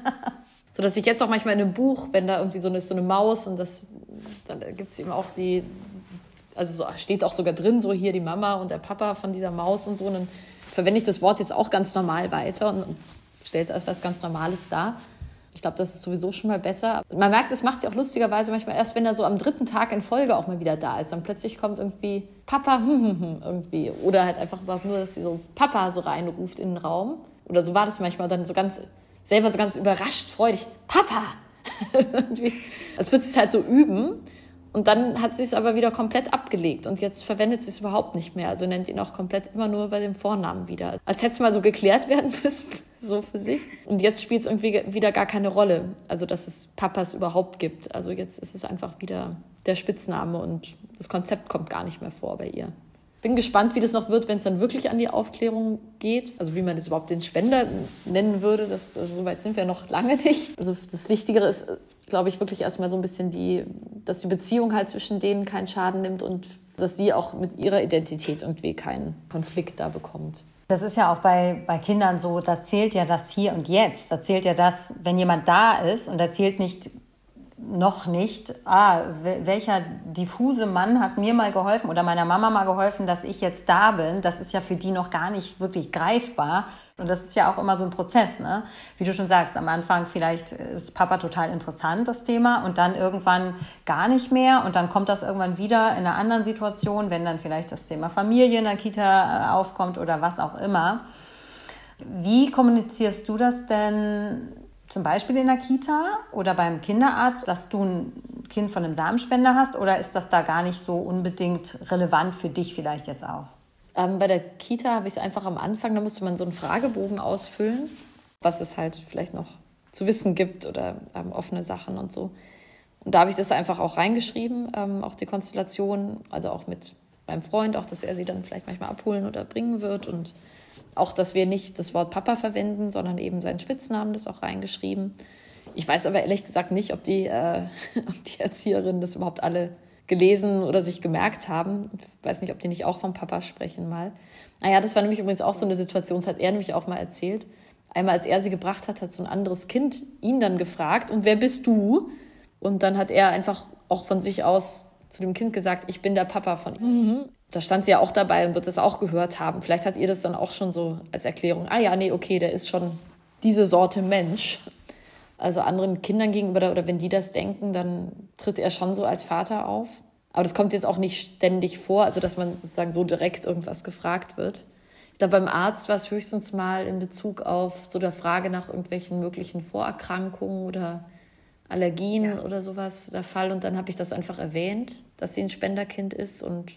So dass ich jetzt auch manchmal in einem Buch, wenn da irgendwie so eine Maus und dann gibt es eben auch Also so, steht auch sogar drin, so hier die Mama und der Papa von dieser Maus und so. Und dann verwende ich das Wort jetzt auch ganz normal weiter und stelle es als was ganz Normales dar. Ich glaube, das ist sowieso schon mal besser. Man merkt, es macht sie auch lustigerweise manchmal erst, wenn er so am 3. Tag in Folge auch mal wieder da ist. Dann plötzlich kommt irgendwie Papa, irgendwie. Oder halt einfach überhaupt nur, dass sie so Papa so reinruft in den Raum. Oder so war das manchmal dann so ganz, selber so ganz überrascht, freudig. Papa! Als würde sie es halt so üben. Und dann hat sie es aber wieder komplett abgelegt. Und jetzt verwendet sie es überhaupt nicht mehr. Also nennt ihn auch komplett immer nur bei dem Vornamen wieder. Als hätte es mal so geklärt werden müssen, so für sich. Und jetzt spielt es irgendwie wieder gar keine Rolle. Also, dass es Papas überhaupt gibt. Also jetzt ist es einfach wieder der Spitzname und das Konzept kommt gar nicht mehr vor bei ihr. Bin gespannt, wie das noch wird, wenn es dann wirklich an die Aufklärung geht. Also wie man das überhaupt den Spender nennen würde. Also so weit sind wir noch lange nicht. Also das Wichtigere ist, glaube ich, wirklich erstmal so ein bisschen dass die Beziehung halt zwischen denen keinen Schaden nimmt und dass sie auch mit ihrer Identität irgendwie keinen Konflikt da bekommt. Das ist ja auch bei Kindern so, da zählt ja das Hier und Jetzt. Da zählt ja das, wenn jemand da ist und da zählt noch nicht, welcher diffuse Mann hat mir mal geholfen oder meiner Mama mal geholfen, dass ich jetzt da bin. Das ist ja für die noch gar nicht wirklich greifbar. Und das ist ja auch immer so ein Prozess, ne? Wie du schon sagst, am Anfang vielleicht ist Papa total interessant, das Thema, und dann irgendwann gar nicht mehr. Und dann kommt das irgendwann wieder in einer anderen Situation, wenn dann vielleicht das Thema Familie in der Kita aufkommt oder was auch immer. Wie kommunizierst du das denn zum Beispiel in der Kita oder beim Kinderarzt, dass du ein Kind von einem Samenspender hast? Oder ist das da gar nicht so unbedingt relevant für dich vielleicht jetzt auch? Bei der Kita habe ich es einfach am Anfang, da musste man so einen Fragebogen ausfüllen, was es halt vielleicht noch zu wissen gibt oder offene Sachen und so. Und da habe ich das einfach auch reingeschrieben, auch die Konstellation, also auch mit meinem Freund, auch dass er sie dann vielleicht manchmal abholen oder bringen wird und auch, dass wir nicht das Wort Papa verwenden, sondern eben seinen Spitznamen, das auch reingeschrieben. Ich weiß aber ehrlich gesagt nicht, ob die Erzieherinnen das überhaupt alle gelesen oder sich gemerkt haben. Ich weiß nicht, ob die nicht auch vom Papa sprechen mal. Naja, das war nämlich übrigens auch so eine Situation, das hat er nämlich auch mal erzählt. Einmal, als er sie gebracht hat, hat so ein anderes Kind ihn dann gefragt, und wer bist du? Und dann hat er einfach auch von sich aus zu dem Kind gesagt, ich bin der Papa von ihm. Da stand sie ja auch dabei und wird das auch gehört haben. Vielleicht hat ihr das dann auch schon so als Erklärung, okay, der ist schon diese Sorte Mensch. Also anderen Kindern gegenüber, oder wenn die das denken, dann tritt er schon so als Vater auf. Aber das kommt jetzt auch nicht ständig vor, also dass man sozusagen so direkt irgendwas gefragt wird. Ich glaube, beim Arzt war es höchstens mal in Bezug auf so der Frage nach irgendwelchen möglichen Vorerkrankungen oder Allergien oder sowas der Fall. Und dann habe ich das einfach erwähnt, dass sie ein Spenderkind ist und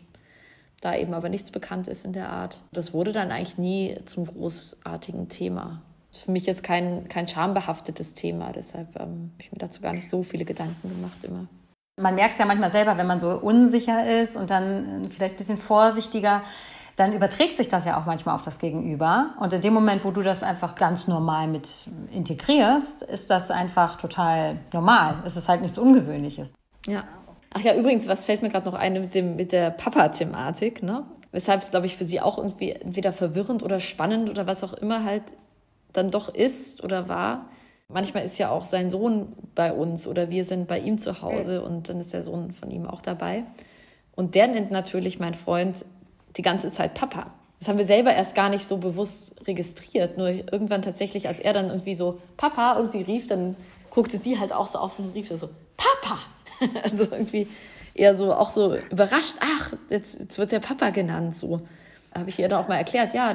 da eben aber nichts bekannt ist in der Art. Das wurde dann eigentlich nie zum großartigen Thema. Das ist für mich jetzt kein schambehaftetes Thema, deshalb habe ich mir dazu gar nicht so viele Gedanken gemacht immer. Man merkt es ja manchmal selber, wenn man so unsicher ist und dann vielleicht ein bisschen vorsichtiger, dann überträgt sich das ja auch manchmal auf das Gegenüber. Und in dem Moment, wo du das einfach ganz normal mit integrierst, ist das einfach total normal. Es ist halt nichts Ungewöhnliches. Ja. Ach ja, übrigens, was fällt mir gerade noch ein mit der Papa-Thematik, ne? Weshalb es, glaube ich, für sie auch irgendwie entweder verwirrend oder spannend oder was auch immer halt dann doch ist oder war. Manchmal ist ja auch sein Sohn bei uns oder wir sind bei ihm zu Hause und dann ist der Sohn von ihm auch dabei. Und der nennt natürlich, mein Freund, die ganze Zeit Papa. Das haben wir selber erst gar nicht so bewusst registriert. Nur irgendwann tatsächlich, als er dann irgendwie so Papa irgendwie rief, dann guckte sie halt auch so auf und rief so Papa. Also irgendwie eher so auch so überrascht. Ach, jetzt wird der Papa genannt. So habe ich ihr dann auch mal erklärt. Ja,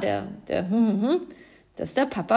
das ist der Papa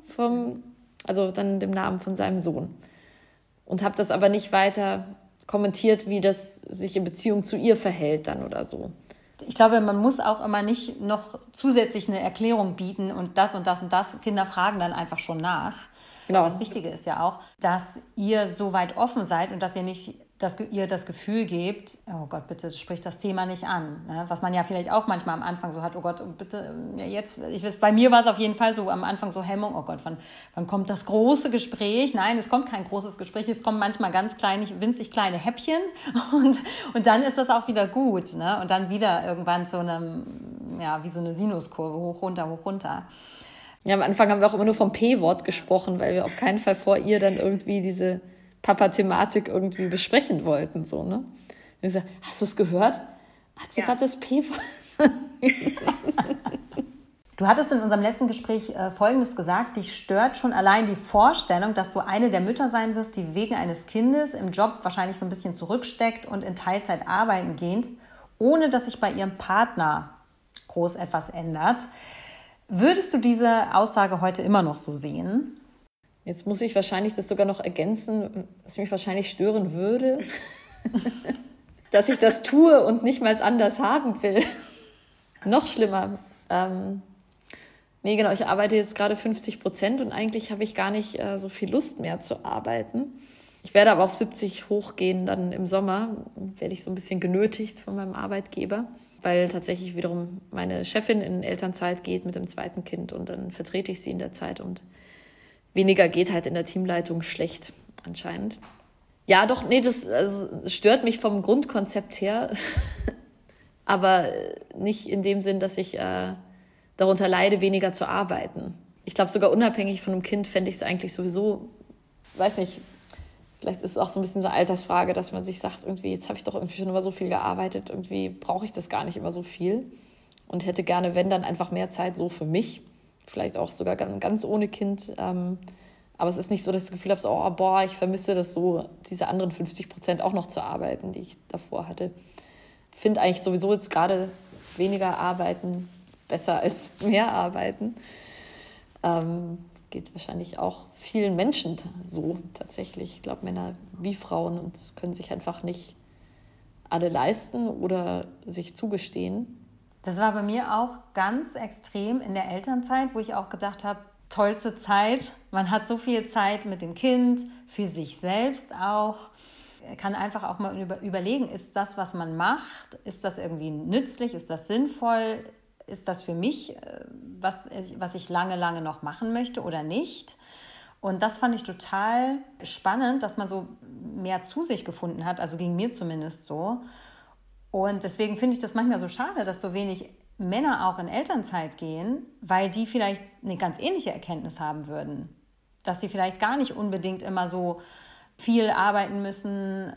also dann dem Namen von seinem Sohn. Und habe das aber nicht weiter kommentiert, wie das sich in Beziehung zu ihr verhält dann oder so. Ich glaube, man muss auch immer nicht noch zusätzlich eine Erklärung bieten und das und das und das. Kinder fragen dann einfach schon nach. Genau. Das Wichtige ist ja auch, dass ihr so weit offen seid und dass ihr nicht ihr das Gefühl gebt, oh Gott, bitte sprich das Thema nicht an. Ne? Was man ja vielleicht auch manchmal am Anfang so hat, oh Gott, bitte, ja jetzt, bei mir war es auf jeden Fall so am Anfang so Hemmung, oh Gott, wann kommt das große Gespräch? Nein, es kommt kein großes Gespräch, es kommen manchmal ganz winzig kleine Häppchen und dann ist das auch wieder gut. Ne? Und dann wieder irgendwann zu wie so eine Sinuskurve, hoch, runter, hoch, runter. Ja, am Anfang haben wir auch immer nur vom P-Wort gesprochen, weil wir auf keinen Fall vor ihr dann irgendwie diese Papa-Thematik irgendwie besprechen wollten. So, ne? Und ich gesagt, hast du es gehört? Hat sie gerade das P? Du hattest in unserem letzten Gespräch Folgendes gesagt: Dich stört schon allein die Vorstellung, dass du eine der Mütter sein wirst, die wegen eines Kindes im Job wahrscheinlich so ein bisschen zurücksteckt und in Teilzeit arbeiten geht, ohne dass sich bei ihrem Partner groß etwas ändert. Würdest du diese Aussage heute immer noch so sehen? Jetzt muss ich wahrscheinlich das sogar noch ergänzen, was mich wahrscheinlich stören würde, dass ich das tue und nicht mal anders haben will. Noch schlimmer. Nee, genau, ich arbeite jetzt gerade 50% und eigentlich habe ich gar nicht so viel Lust mehr zu arbeiten. Ich werde aber auf 70 hochgehen dann im Sommer, werde ich so ein bisschen genötigt von meinem Arbeitgeber, weil tatsächlich wiederum meine Chefin in Elternzeit geht mit dem zweiten Kind und dann vertrete ich sie in der Zeit und weniger geht halt in der Teamleitung schlecht anscheinend. Ja, doch, nee, das stört mich vom Grundkonzept her, aber nicht in dem Sinn, dass ich darunter leide, weniger zu arbeiten. Ich glaube, sogar unabhängig von einem Kind fände ich es eigentlich sowieso, weiß nicht, vielleicht ist es auch so ein bisschen so eine Altersfrage, dass man sich sagt, irgendwie, jetzt habe ich doch irgendwie schon immer so viel gearbeitet, irgendwie brauche ich das gar nicht immer so viel und hätte gerne, wenn, dann einfach mehr Zeit so für mich. Vielleicht auch sogar ganz ohne Kind. Aber es ist nicht so, dass ich das Gefühl habe, so, oh, boah, ich vermisse das so, diese anderen 50% auch noch zu arbeiten, die ich davor hatte. Ich finde eigentlich sowieso jetzt gerade weniger arbeiten besser als mehr arbeiten. Geht wahrscheinlich auch vielen Menschen so tatsächlich. Ich glaube, Männer wie Frauen, und das können sich einfach nicht alle leisten oder sich zugestehen. Das war bei mir auch ganz extrem in der Elternzeit, wo ich auch gedacht habe, tollste Zeit. Man hat so viel Zeit mit dem Kind, für sich selbst auch. Kann einfach auch mal überlegen, ist das, was man macht, ist das irgendwie nützlich, ist das sinnvoll, ist das für mich, was ich lange, lange noch machen möchte oder nicht? Und das fand ich total spannend, dass man so mehr zu sich gefunden hat, also ging mir zumindest so. Und deswegen finde ich das manchmal so schade, dass so wenig Männer auch in Elternzeit gehen, weil die vielleicht eine ganz ähnliche Erkenntnis haben würden. Dass sie vielleicht gar nicht unbedingt immer so viel arbeiten müssen,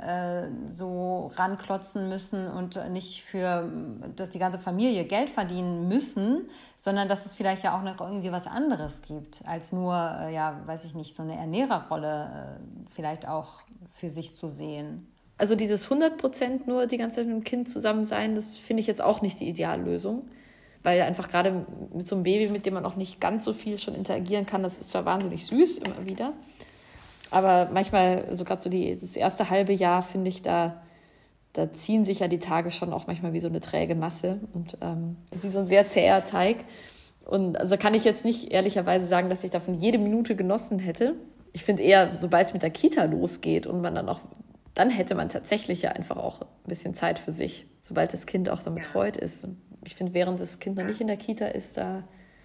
so ranklotzen müssen und nicht dass die ganze Familie Geld verdienen müssen, sondern dass es vielleicht ja auch noch irgendwie was anderes gibt, als nur, weiß ich nicht, so eine Ernährerrolle vielleicht auch für sich zu sehen. Also dieses 100% nur die ganze Zeit mit dem Kind zusammen sein, das finde ich jetzt auch nicht die Ideallösung. Weil einfach gerade mit so einem Baby, mit dem man auch nicht ganz so viel schon interagieren kann, das ist zwar wahnsinnig süß immer wieder, aber manchmal, so gerade so das erste halbe Jahr, finde ich, da ziehen sich ja die Tage schon auch manchmal wie so eine träge Masse und wie so ein sehr zäher Teig. Und also kann ich jetzt nicht ehrlicherweise sagen, dass ich davon jede Minute genossen hätte. Ich finde eher, sobald es mit der Kita losgeht und man dann hätte man tatsächlich ja einfach auch ein bisschen Zeit für sich, sobald das Kind auch dann betreut ist. Ich finde, während das Kind noch nicht in der Kita ist, da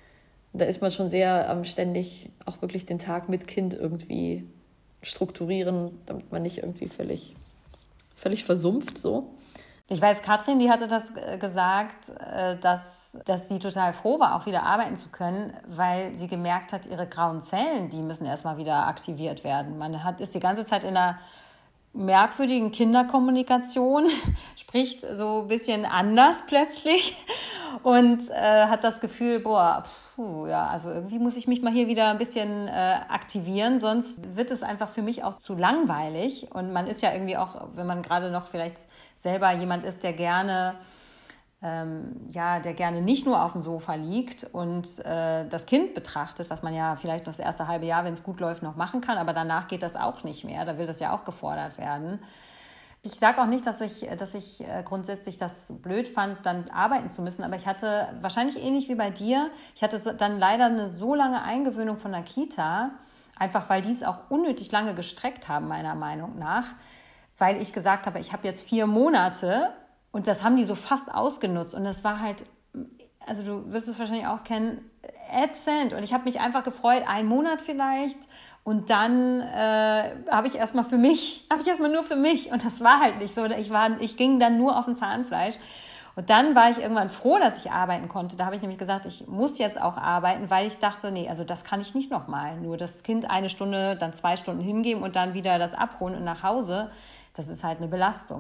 ist man schon sehr ständig auch wirklich den Tag mit Kind irgendwie strukturieren, damit man nicht irgendwie völlig versumpft so. Ich weiß, Katrin, die hatte das gesagt, dass sie total froh war, auch wieder arbeiten zu können, weil sie gemerkt hat, ihre grauen Zellen, die müssen erstmal wieder aktiviert werden. Man ist die ganze Zeit in einer merkwürdigen Kinderkommunikation, spricht so ein bisschen anders plötzlich und hat das Gefühl, also irgendwie muss ich mich mal hier wieder ein bisschen aktivieren, sonst wird es einfach für mich auch zu langweilig. Und man ist ja irgendwie auch, wenn man gerade noch vielleicht selber jemand ist, der gerne nicht nur auf dem Sofa liegt und das Kind betrachtet, was man ja vielleicht das erste halbe Jahr, wenn es gut läuft, noch machen kann, aber danach geht das auch nicht mehr, da will das ja auch gefordert werden. Ich sage auch nicht, dass ich grundsätzlich das blöd fand, dann arbeiten zu müssen, aber ich hatte wahrscheinlich ähnlich wie bei dir, ich hatte dann leider eine so lange Eingewöhnung von der Kita, einfach weil die es auch unnötig lange gestreckt haben, meiner Meinung nach, weil ich gesagt habe, ich habe jetzt 4 Monate und das haben die so fast ausgenutzt. Und das war halt, also du wirst es wahrscheinlich auch kennen, ätzend. Und ich habe mich einfach gefreut, 1 Monat vielleicht. Und dann habe ich erstmal nur für mich. Und das war halt nicht so. Ich ging dann nur auf den Zahnfleisch. Und dann war ich irgendwann froh, dass ich arbeiten konnte. Da habe ich nämlich gesagt, ich muss jetzt auch arbeiten, weil ich dachte, nee, also das kann ich nicht nochmal. Nur das Kind 1 Stunde, dann 2 Stunden hingeben und dann wieder das abholen und nach Hause. Das ist halt eine Belastung, ne?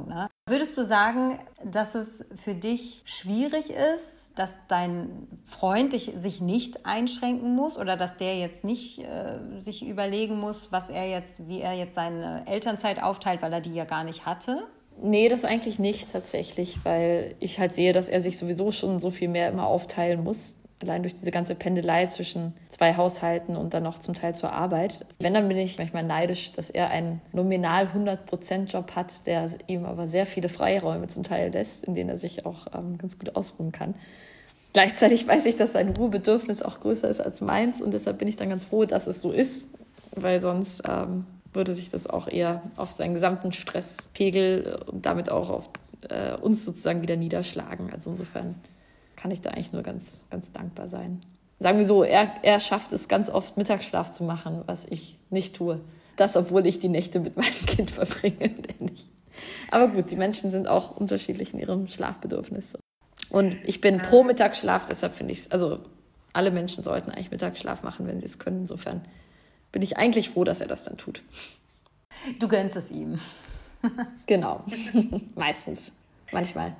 Würdest du sagen, dass es für dich schwierig ist, dass dein Freund sich nicht einschränken muss oder dass der jetzt nicht sich überlegen muss, wie er jetzt seine Elternzeit aufteilt, weil er die ja gar nicht hatte? Nee, das eigentlich nicht tatsächlich, weil ich halt sehe, dass er sich sowieso schon so viel mehr immer aufteilen muss. Allein durch diese ganze Pendelei zwischen 2 Haushalten und dann noch zum Teil zur Arbeit. Wenn, dann bin ich manchmal neidisch, dass er einen nominal 100%-Job hat, der ihm aber sehr viele Freiräume zum Teil lässt, in denen er sich auch ganz gut ausruhen kann. Gleichzeitig weiß ich, dass sein Ruhebedürfnis auch größer ist als meins und deshalb bin ich dann ganz froh, dass es so ist, weil sonst würde sich das auch eher auf seinen gesamten Stresspegel und damit auch auf uns sozusagen wieder niederschlagen. Also insofern kann ich da eigentlich nur ganz, ganz dankbar sein. Sagen wir so, er schafft es ganz oft, Mittagsschlaf zu machen, was ich nicht tue. Das, obwohl ich die Nächte mit meinem Kind verbringe und er nicht. Aber gut, die Menschen sind auch unterschiedlich in ihrem Schlafbedürfnis. Und ich bin pro Mittagsschlaf, deshalb finde ich es, also alle Menschen sollten eigentlich Mittagsschlaf machen, wenn sie es können. Insofern bin ich eigentlich froh, dass er das dann tut. Du gönnst es ihm. Genau, meistens, manchmal.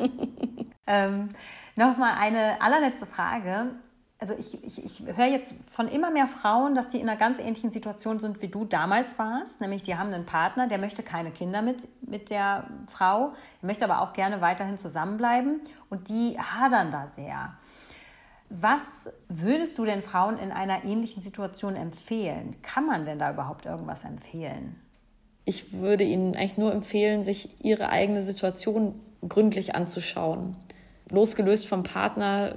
Nochmal eine allerletzte Frage. Also ich höre jetzt von immer mehr Frauen, dass die in einer ganz ähnlichen Situation sind, wie du damals warst. Nämlich die haben einen Partner, der möchte keine Kinder mit der Frau, der möchte aber auch gerne weiterhin zusammenbleiben und die hadern da sehr. Was würdest du denn Frauen in einer ähnlichen Situation empfehlen? Kann man denn da überhaupt irgendwas empfehlen? Ich würde Ihnen eigentlich nur empfehlen, sich Ihre eigene Situation gründlich anzuschauen. Losgelöst vom Partner,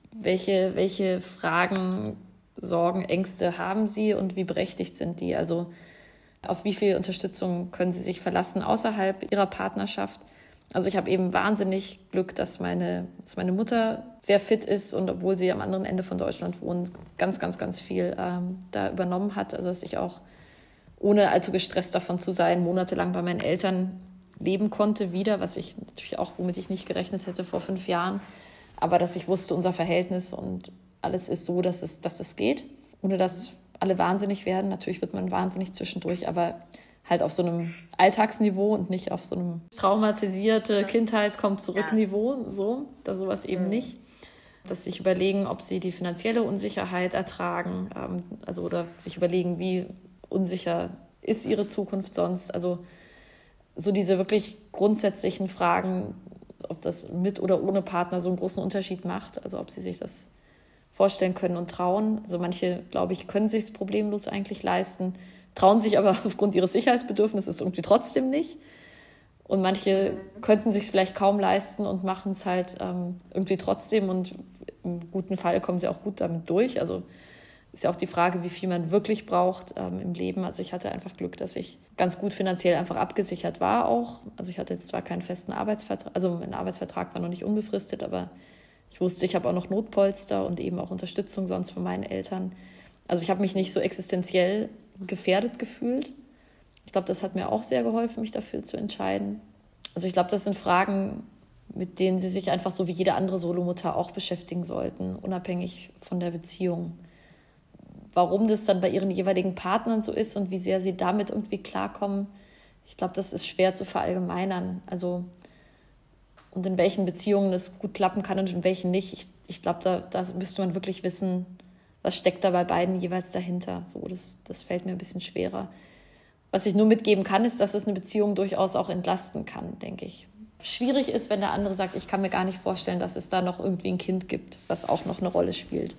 welche Fragen, Sorgen, Ängste haben Sie und wie berechtigt sind die? Also auf wie viel Unterstützung können Sie sich verlassen außerhalb Ihrer Partnerschaft? Also ich habe eben wahnsinnig Glück, dass meine Mutter sehr fit ist und obwohl sie am anderen Ende von Deutschland wohnt, ganz, ganz, ganz viel da übernommen hat. Also dass ich auch, ohne allzu gestresst davon zu sein, monatelang bei meinen Eltern leben konnte wieder, was ich natürlich auch, womit ich nicht gerechnet hätte vor 5 Jahren. Aber dass ich wusste, unser Verhältnis und alles ist so, dass es geht, ohne dass alle wahnsinnig werden. Natürlich wird man wahnsinnig zwischendurch, aber halt auf so einem Alltagsniveau und nicht auf so einem traumatisierte Kindheit kommt zurück Niveau, so, da sowas eben nicht. Dass sich überlegen, ob sie die finanzielle Unsicherheit ertragen, also oder sich überlegen, wie unsicher ist ihre Zukunft sonst. Also so diese wirklich grundsätzlichen Fragen, ob das mit oder ohne Partner so einen großen Unterschied macht, also ob sie sich das vorstellen können und trauen. Also manche, glaube ich, können sich es problemlos eigentlich leisten, trauen sich aber aufgrund ihres Sicherheitsbedürfnisses irgendwie trotzdem nicht. Und manche könnten sich es vielleicht kaum leisten und machen es halt irgendwie trotzdem und im guten Fall kommen sie auch gut damit durch. Also ist ja auch die Frage, wie viel man wirklich braucht im Leben. Also ich hatte einfach Glück, dass ich ganz gut finanziell einfach abgesichert war auch. Also ich hatte jetzt zwar keinen festen Arbeitsvertrag, also mein Arbeitsvertrag war noch nicht unbefristet, aber ich wusste, ich habe auch noch Notpolster und eben auch Unterstützung sonst von meinen Eltern. Also ich habe mich nicht so existenziell gefährdet gefühlt. Ich glaube, das hat mir auch sehr geholfen, mich dafür zu entscheiden. Also ich glaube, das sind Fragen, mit denen Sie sich einfach so wie jede andere Solomutter auch beschäftigen sollten, unabhängig von der Beziehung. Warum das dann bei ihren jeweiligen Partnern so ist und wie sehr sie damit irgendwie klarkommen, ich glaube, das ist schwer zu verallgemeinern. Also, und in welchen Beziehungen das gut klappen kann und in welchen nicht. Ich glaube, da müsste man wirklich wissen, was steckt da bei beiden jeweils dahinter. So, das fällt mir ein bisschen schwerer. Was ich nur mitgeben kann, ist, dass es eine Beziehung durchaus auch entlasten kann, denke ich. Schwierig ist, wenn der andere sagt, ich kann mir gar nicht vorstellen, dass es da noch irgendwie ein Kind gibt, was auch noch eine Rolle spielt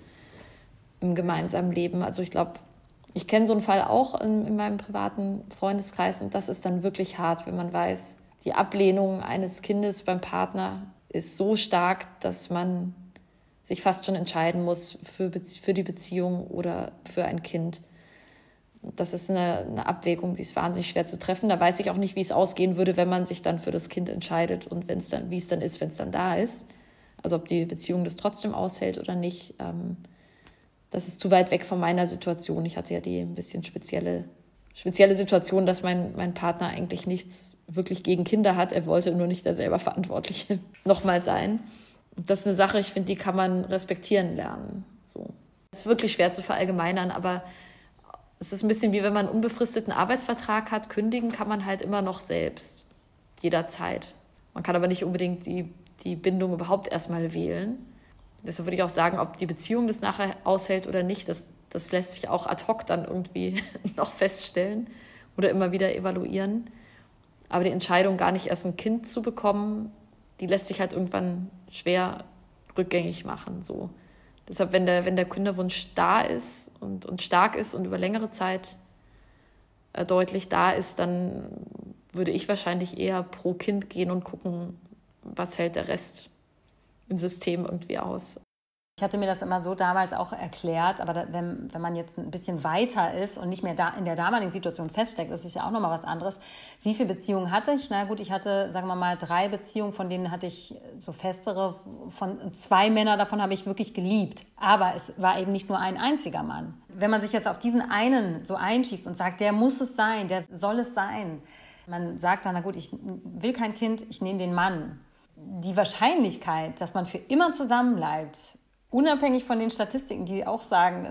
im gemeinsamen Leben. Also ich glaube, ich kenne so einen Fall auch in meinem privaten Freundeskreis und das ist dann wirklich hart, wenn man weiß, die Ablehnung eines Kindes beim Partner ist so stark, dass man sich fast schon entscheiden muss für die Beziehung oder für ein Kind. Das ist eine Abwägung, die ist wahnsinnig schwer zu treffen. Da weiß ich auch nicht, wie es ausgehen würde, wenn man sich dann für das Kind entscheidet und wie es dann ist, wenn es dann da ist. Also ob die Beziehung das trotzdem aushält oder nicht. Das ist zu weit weg von meiner Situation. Ich hatte ja die ein bisschen spezielle Situation, dass mein Partner eigentlich nichts wirklich gegen Kinder hat. Er wollte nur nicht der selber Verantwortliche nochmal sein. Das ist eine Sache, ich finde, die kann man respektieren lernen. So. Es ist wirklich schwer zu verallgemeinern, aber es ist ein bisschen wie wenn man einen unbefristeten Arbeitsvertrag hat. Kündigen kann man halt immer noch selbst, jederzeit. Man kann aber nicht unbedingt die Bindung überhaupt erstmal wählen. Deshalb würde ich auch sagen, ob die Beziehung das nachher aushält oder nicht, das lässt sich auch ad hoc dann irgendwie noch feststellen oder immer wieder evaluieren. Aber die Entscheidung, gar nicht erst ein Kind zu bekommen, die lässt sich halt irgendwann schwer rückgängig machen. So. Deshalb, wenn der Kinderwunsch da ist und stark ist und über längere Zeit deutlich da ist, dann würde ich wahrscheinlich eher pro Kind gehen und gucken, was hält der Rest im System irgendwie aus. Ich hatte mir das immer so damals auch erklärt, aber wenn man jetzt ein bisschen weiter ist und nicht mehr da in der damaligen Situation feststeckt, ist es ja auch nochmal was anderes. Wie viele Beziehungen hatte ich? Na gut, ich hatte, sagen wir mal, 3 Beziehungen, von denen hatte ich so festere, von 2 Männer davon habe ich wirklich geliebt. Aber es war eben nicht nur ein einziger Mann. Wenn man sich jetzt auf diesen einen so einschießt und sagt, der muss es sein, der soll es sein. Man sagt dann, na gut, ich will kein Kind, ich nehme den Mann. Die Wahrscheinlichkeit, dass man für immer zusammenbleibt, unabhängig von den Statistiken, die auch sagen,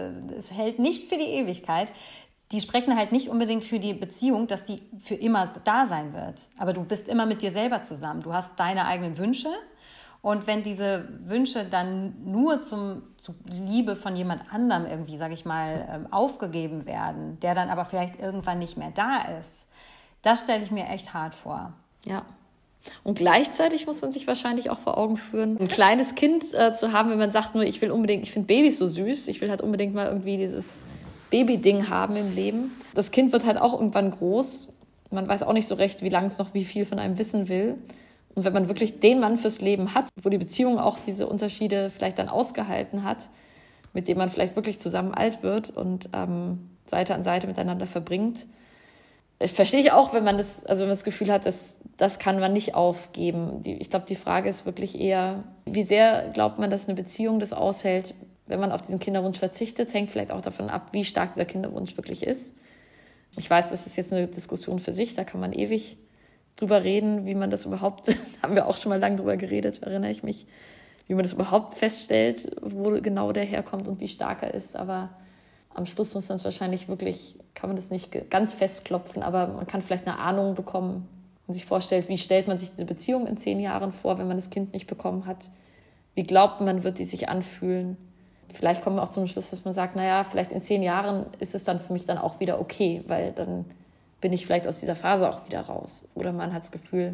es hält nicht für die Ewigkeit, die sprechen halt nicht unbedingt für die Beziehung, dass die für immer da sein wird. Aber du bist immer mit dir selber zusammen. Du hast deine eigenen Wünsche. Und wenn diese Wünsche dann nur zur Liebe von jemand anderem irgendwie, sage ich mal, aufgegeben werden, der dann aber vielleicht irgendwann nicht mehr da ist, das stelle ich mir echt hart vor. Ja. Und gleichzeitig muss man sich wahrscheinlich auch vor Augen führen, ein kleines Kind zu haben, wenn man sagt, nur ich finde Babys so süß, ich will halt unbedingt mal irgendwie dieses Baby-Ding haben im Leben. Das Kind wird halt auch irgendwann groß. Man weiß auch nicht so recht, wie lange es noch wie viel von einem wissen will. Und wenn man wirklich den Mann fürs Leben hat, wo die Beziehung auch diese Unterschiede vielleicht dann ausgehalten hat, mit dem man vielleicht wirklich zusammen alt wird und Seite an Seite miteinander verbringt, verstehe ich auch, wenn man das Gefühl hat, das kann man nicht aufgeben. Ich glaube, die Frage ist wirklich eher, wie sehr glaubt man, dass eine Beziehung das aushält, wenn man auf diesen Kinderwunsch verzichtet, hängt vielleicht auch davon ab, wie stark dieser Kinderwunsch wirklich ist. Ich weiß, das ist jetzt eine Diskussion für sich, da kann man ewig drüber reden, wie man das überhaupt, haben wir auch schon mal lange drüber geredet, erinnere ich mich, wie man das überhaupt feststellt, wo genau der herkommt und wie stark er ist, aber am Schluss muss man es wahrscheinlich wirklich, kann man das nicht ganz festklopfen, aber man kann vielleicht eine Ahnung bekommen und sich vorstellt, wie stellt man sich diese Beziehung in 10 Jahren vor, wenn man das Kind nicht bekommen hat. Wie glaubt man, wird die sich anfühlen? Vielleicht kommt man auch zum Schluss, dass man sagt, naja, vielleicht in 10 Jahren ist es dann für mich dann auch wieder okay, weil dann bin ich vielleicht aus dieser Phase auch wieder raus. Oder man hat das Gefühl,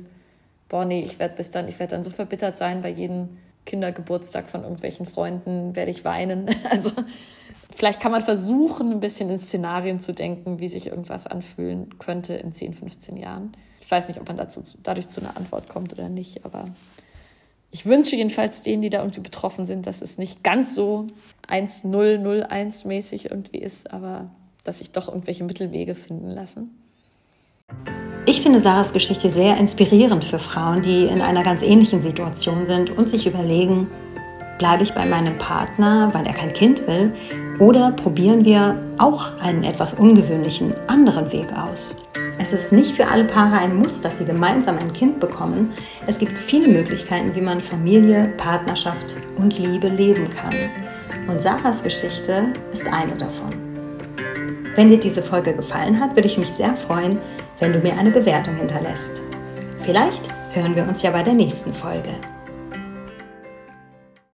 ich werde dann so verbittert sein, bei jedem Kindergeburtstag von irgendwelchen Freunden werde ich weinen. Also vielleicht kann man versuchen, ein bisschen in Szenarien zu denken, wie sich irgendwas anfühlen könnte in 10, 15 Jahren. Ich weiß nicht, ob man dadurch zu einer Antwort kommt oder nicht, aber ich wünsche jedenfalls denen, die da irgendwie betroffen sind, dass es nicht ganz so 1-0-0-1 mäßig irgendwie ist, aber dass sich doch irgendwelche Mittelwege finden lassen. Ich finde Sarahs Geschichte sehr inspirierend für Frauen, die in einer ganz ähnlichen Situation sind und sich überlegen, bleibe ich bei meinem Partner, weil er kein Kind will, oder probieren wir auch einen etwas ungewöhnlichen anderen Weg aus? Es ist nicht für alle Paare ein Muss, dass sie gemeinsam ein Kind bekommen. Es gibt viele Möglichkeiten, wie man Familie, Partnerschaft und Liebe leben kann. Und Sarahs Geschichte ist eine davon. Wenn dir diese Folge gefallen hat, würde ich mich sehr freuen, wenn du mir eine Bewertung hinterlässt. Vielleicht hören wir uns ja bei der nächsten Folge.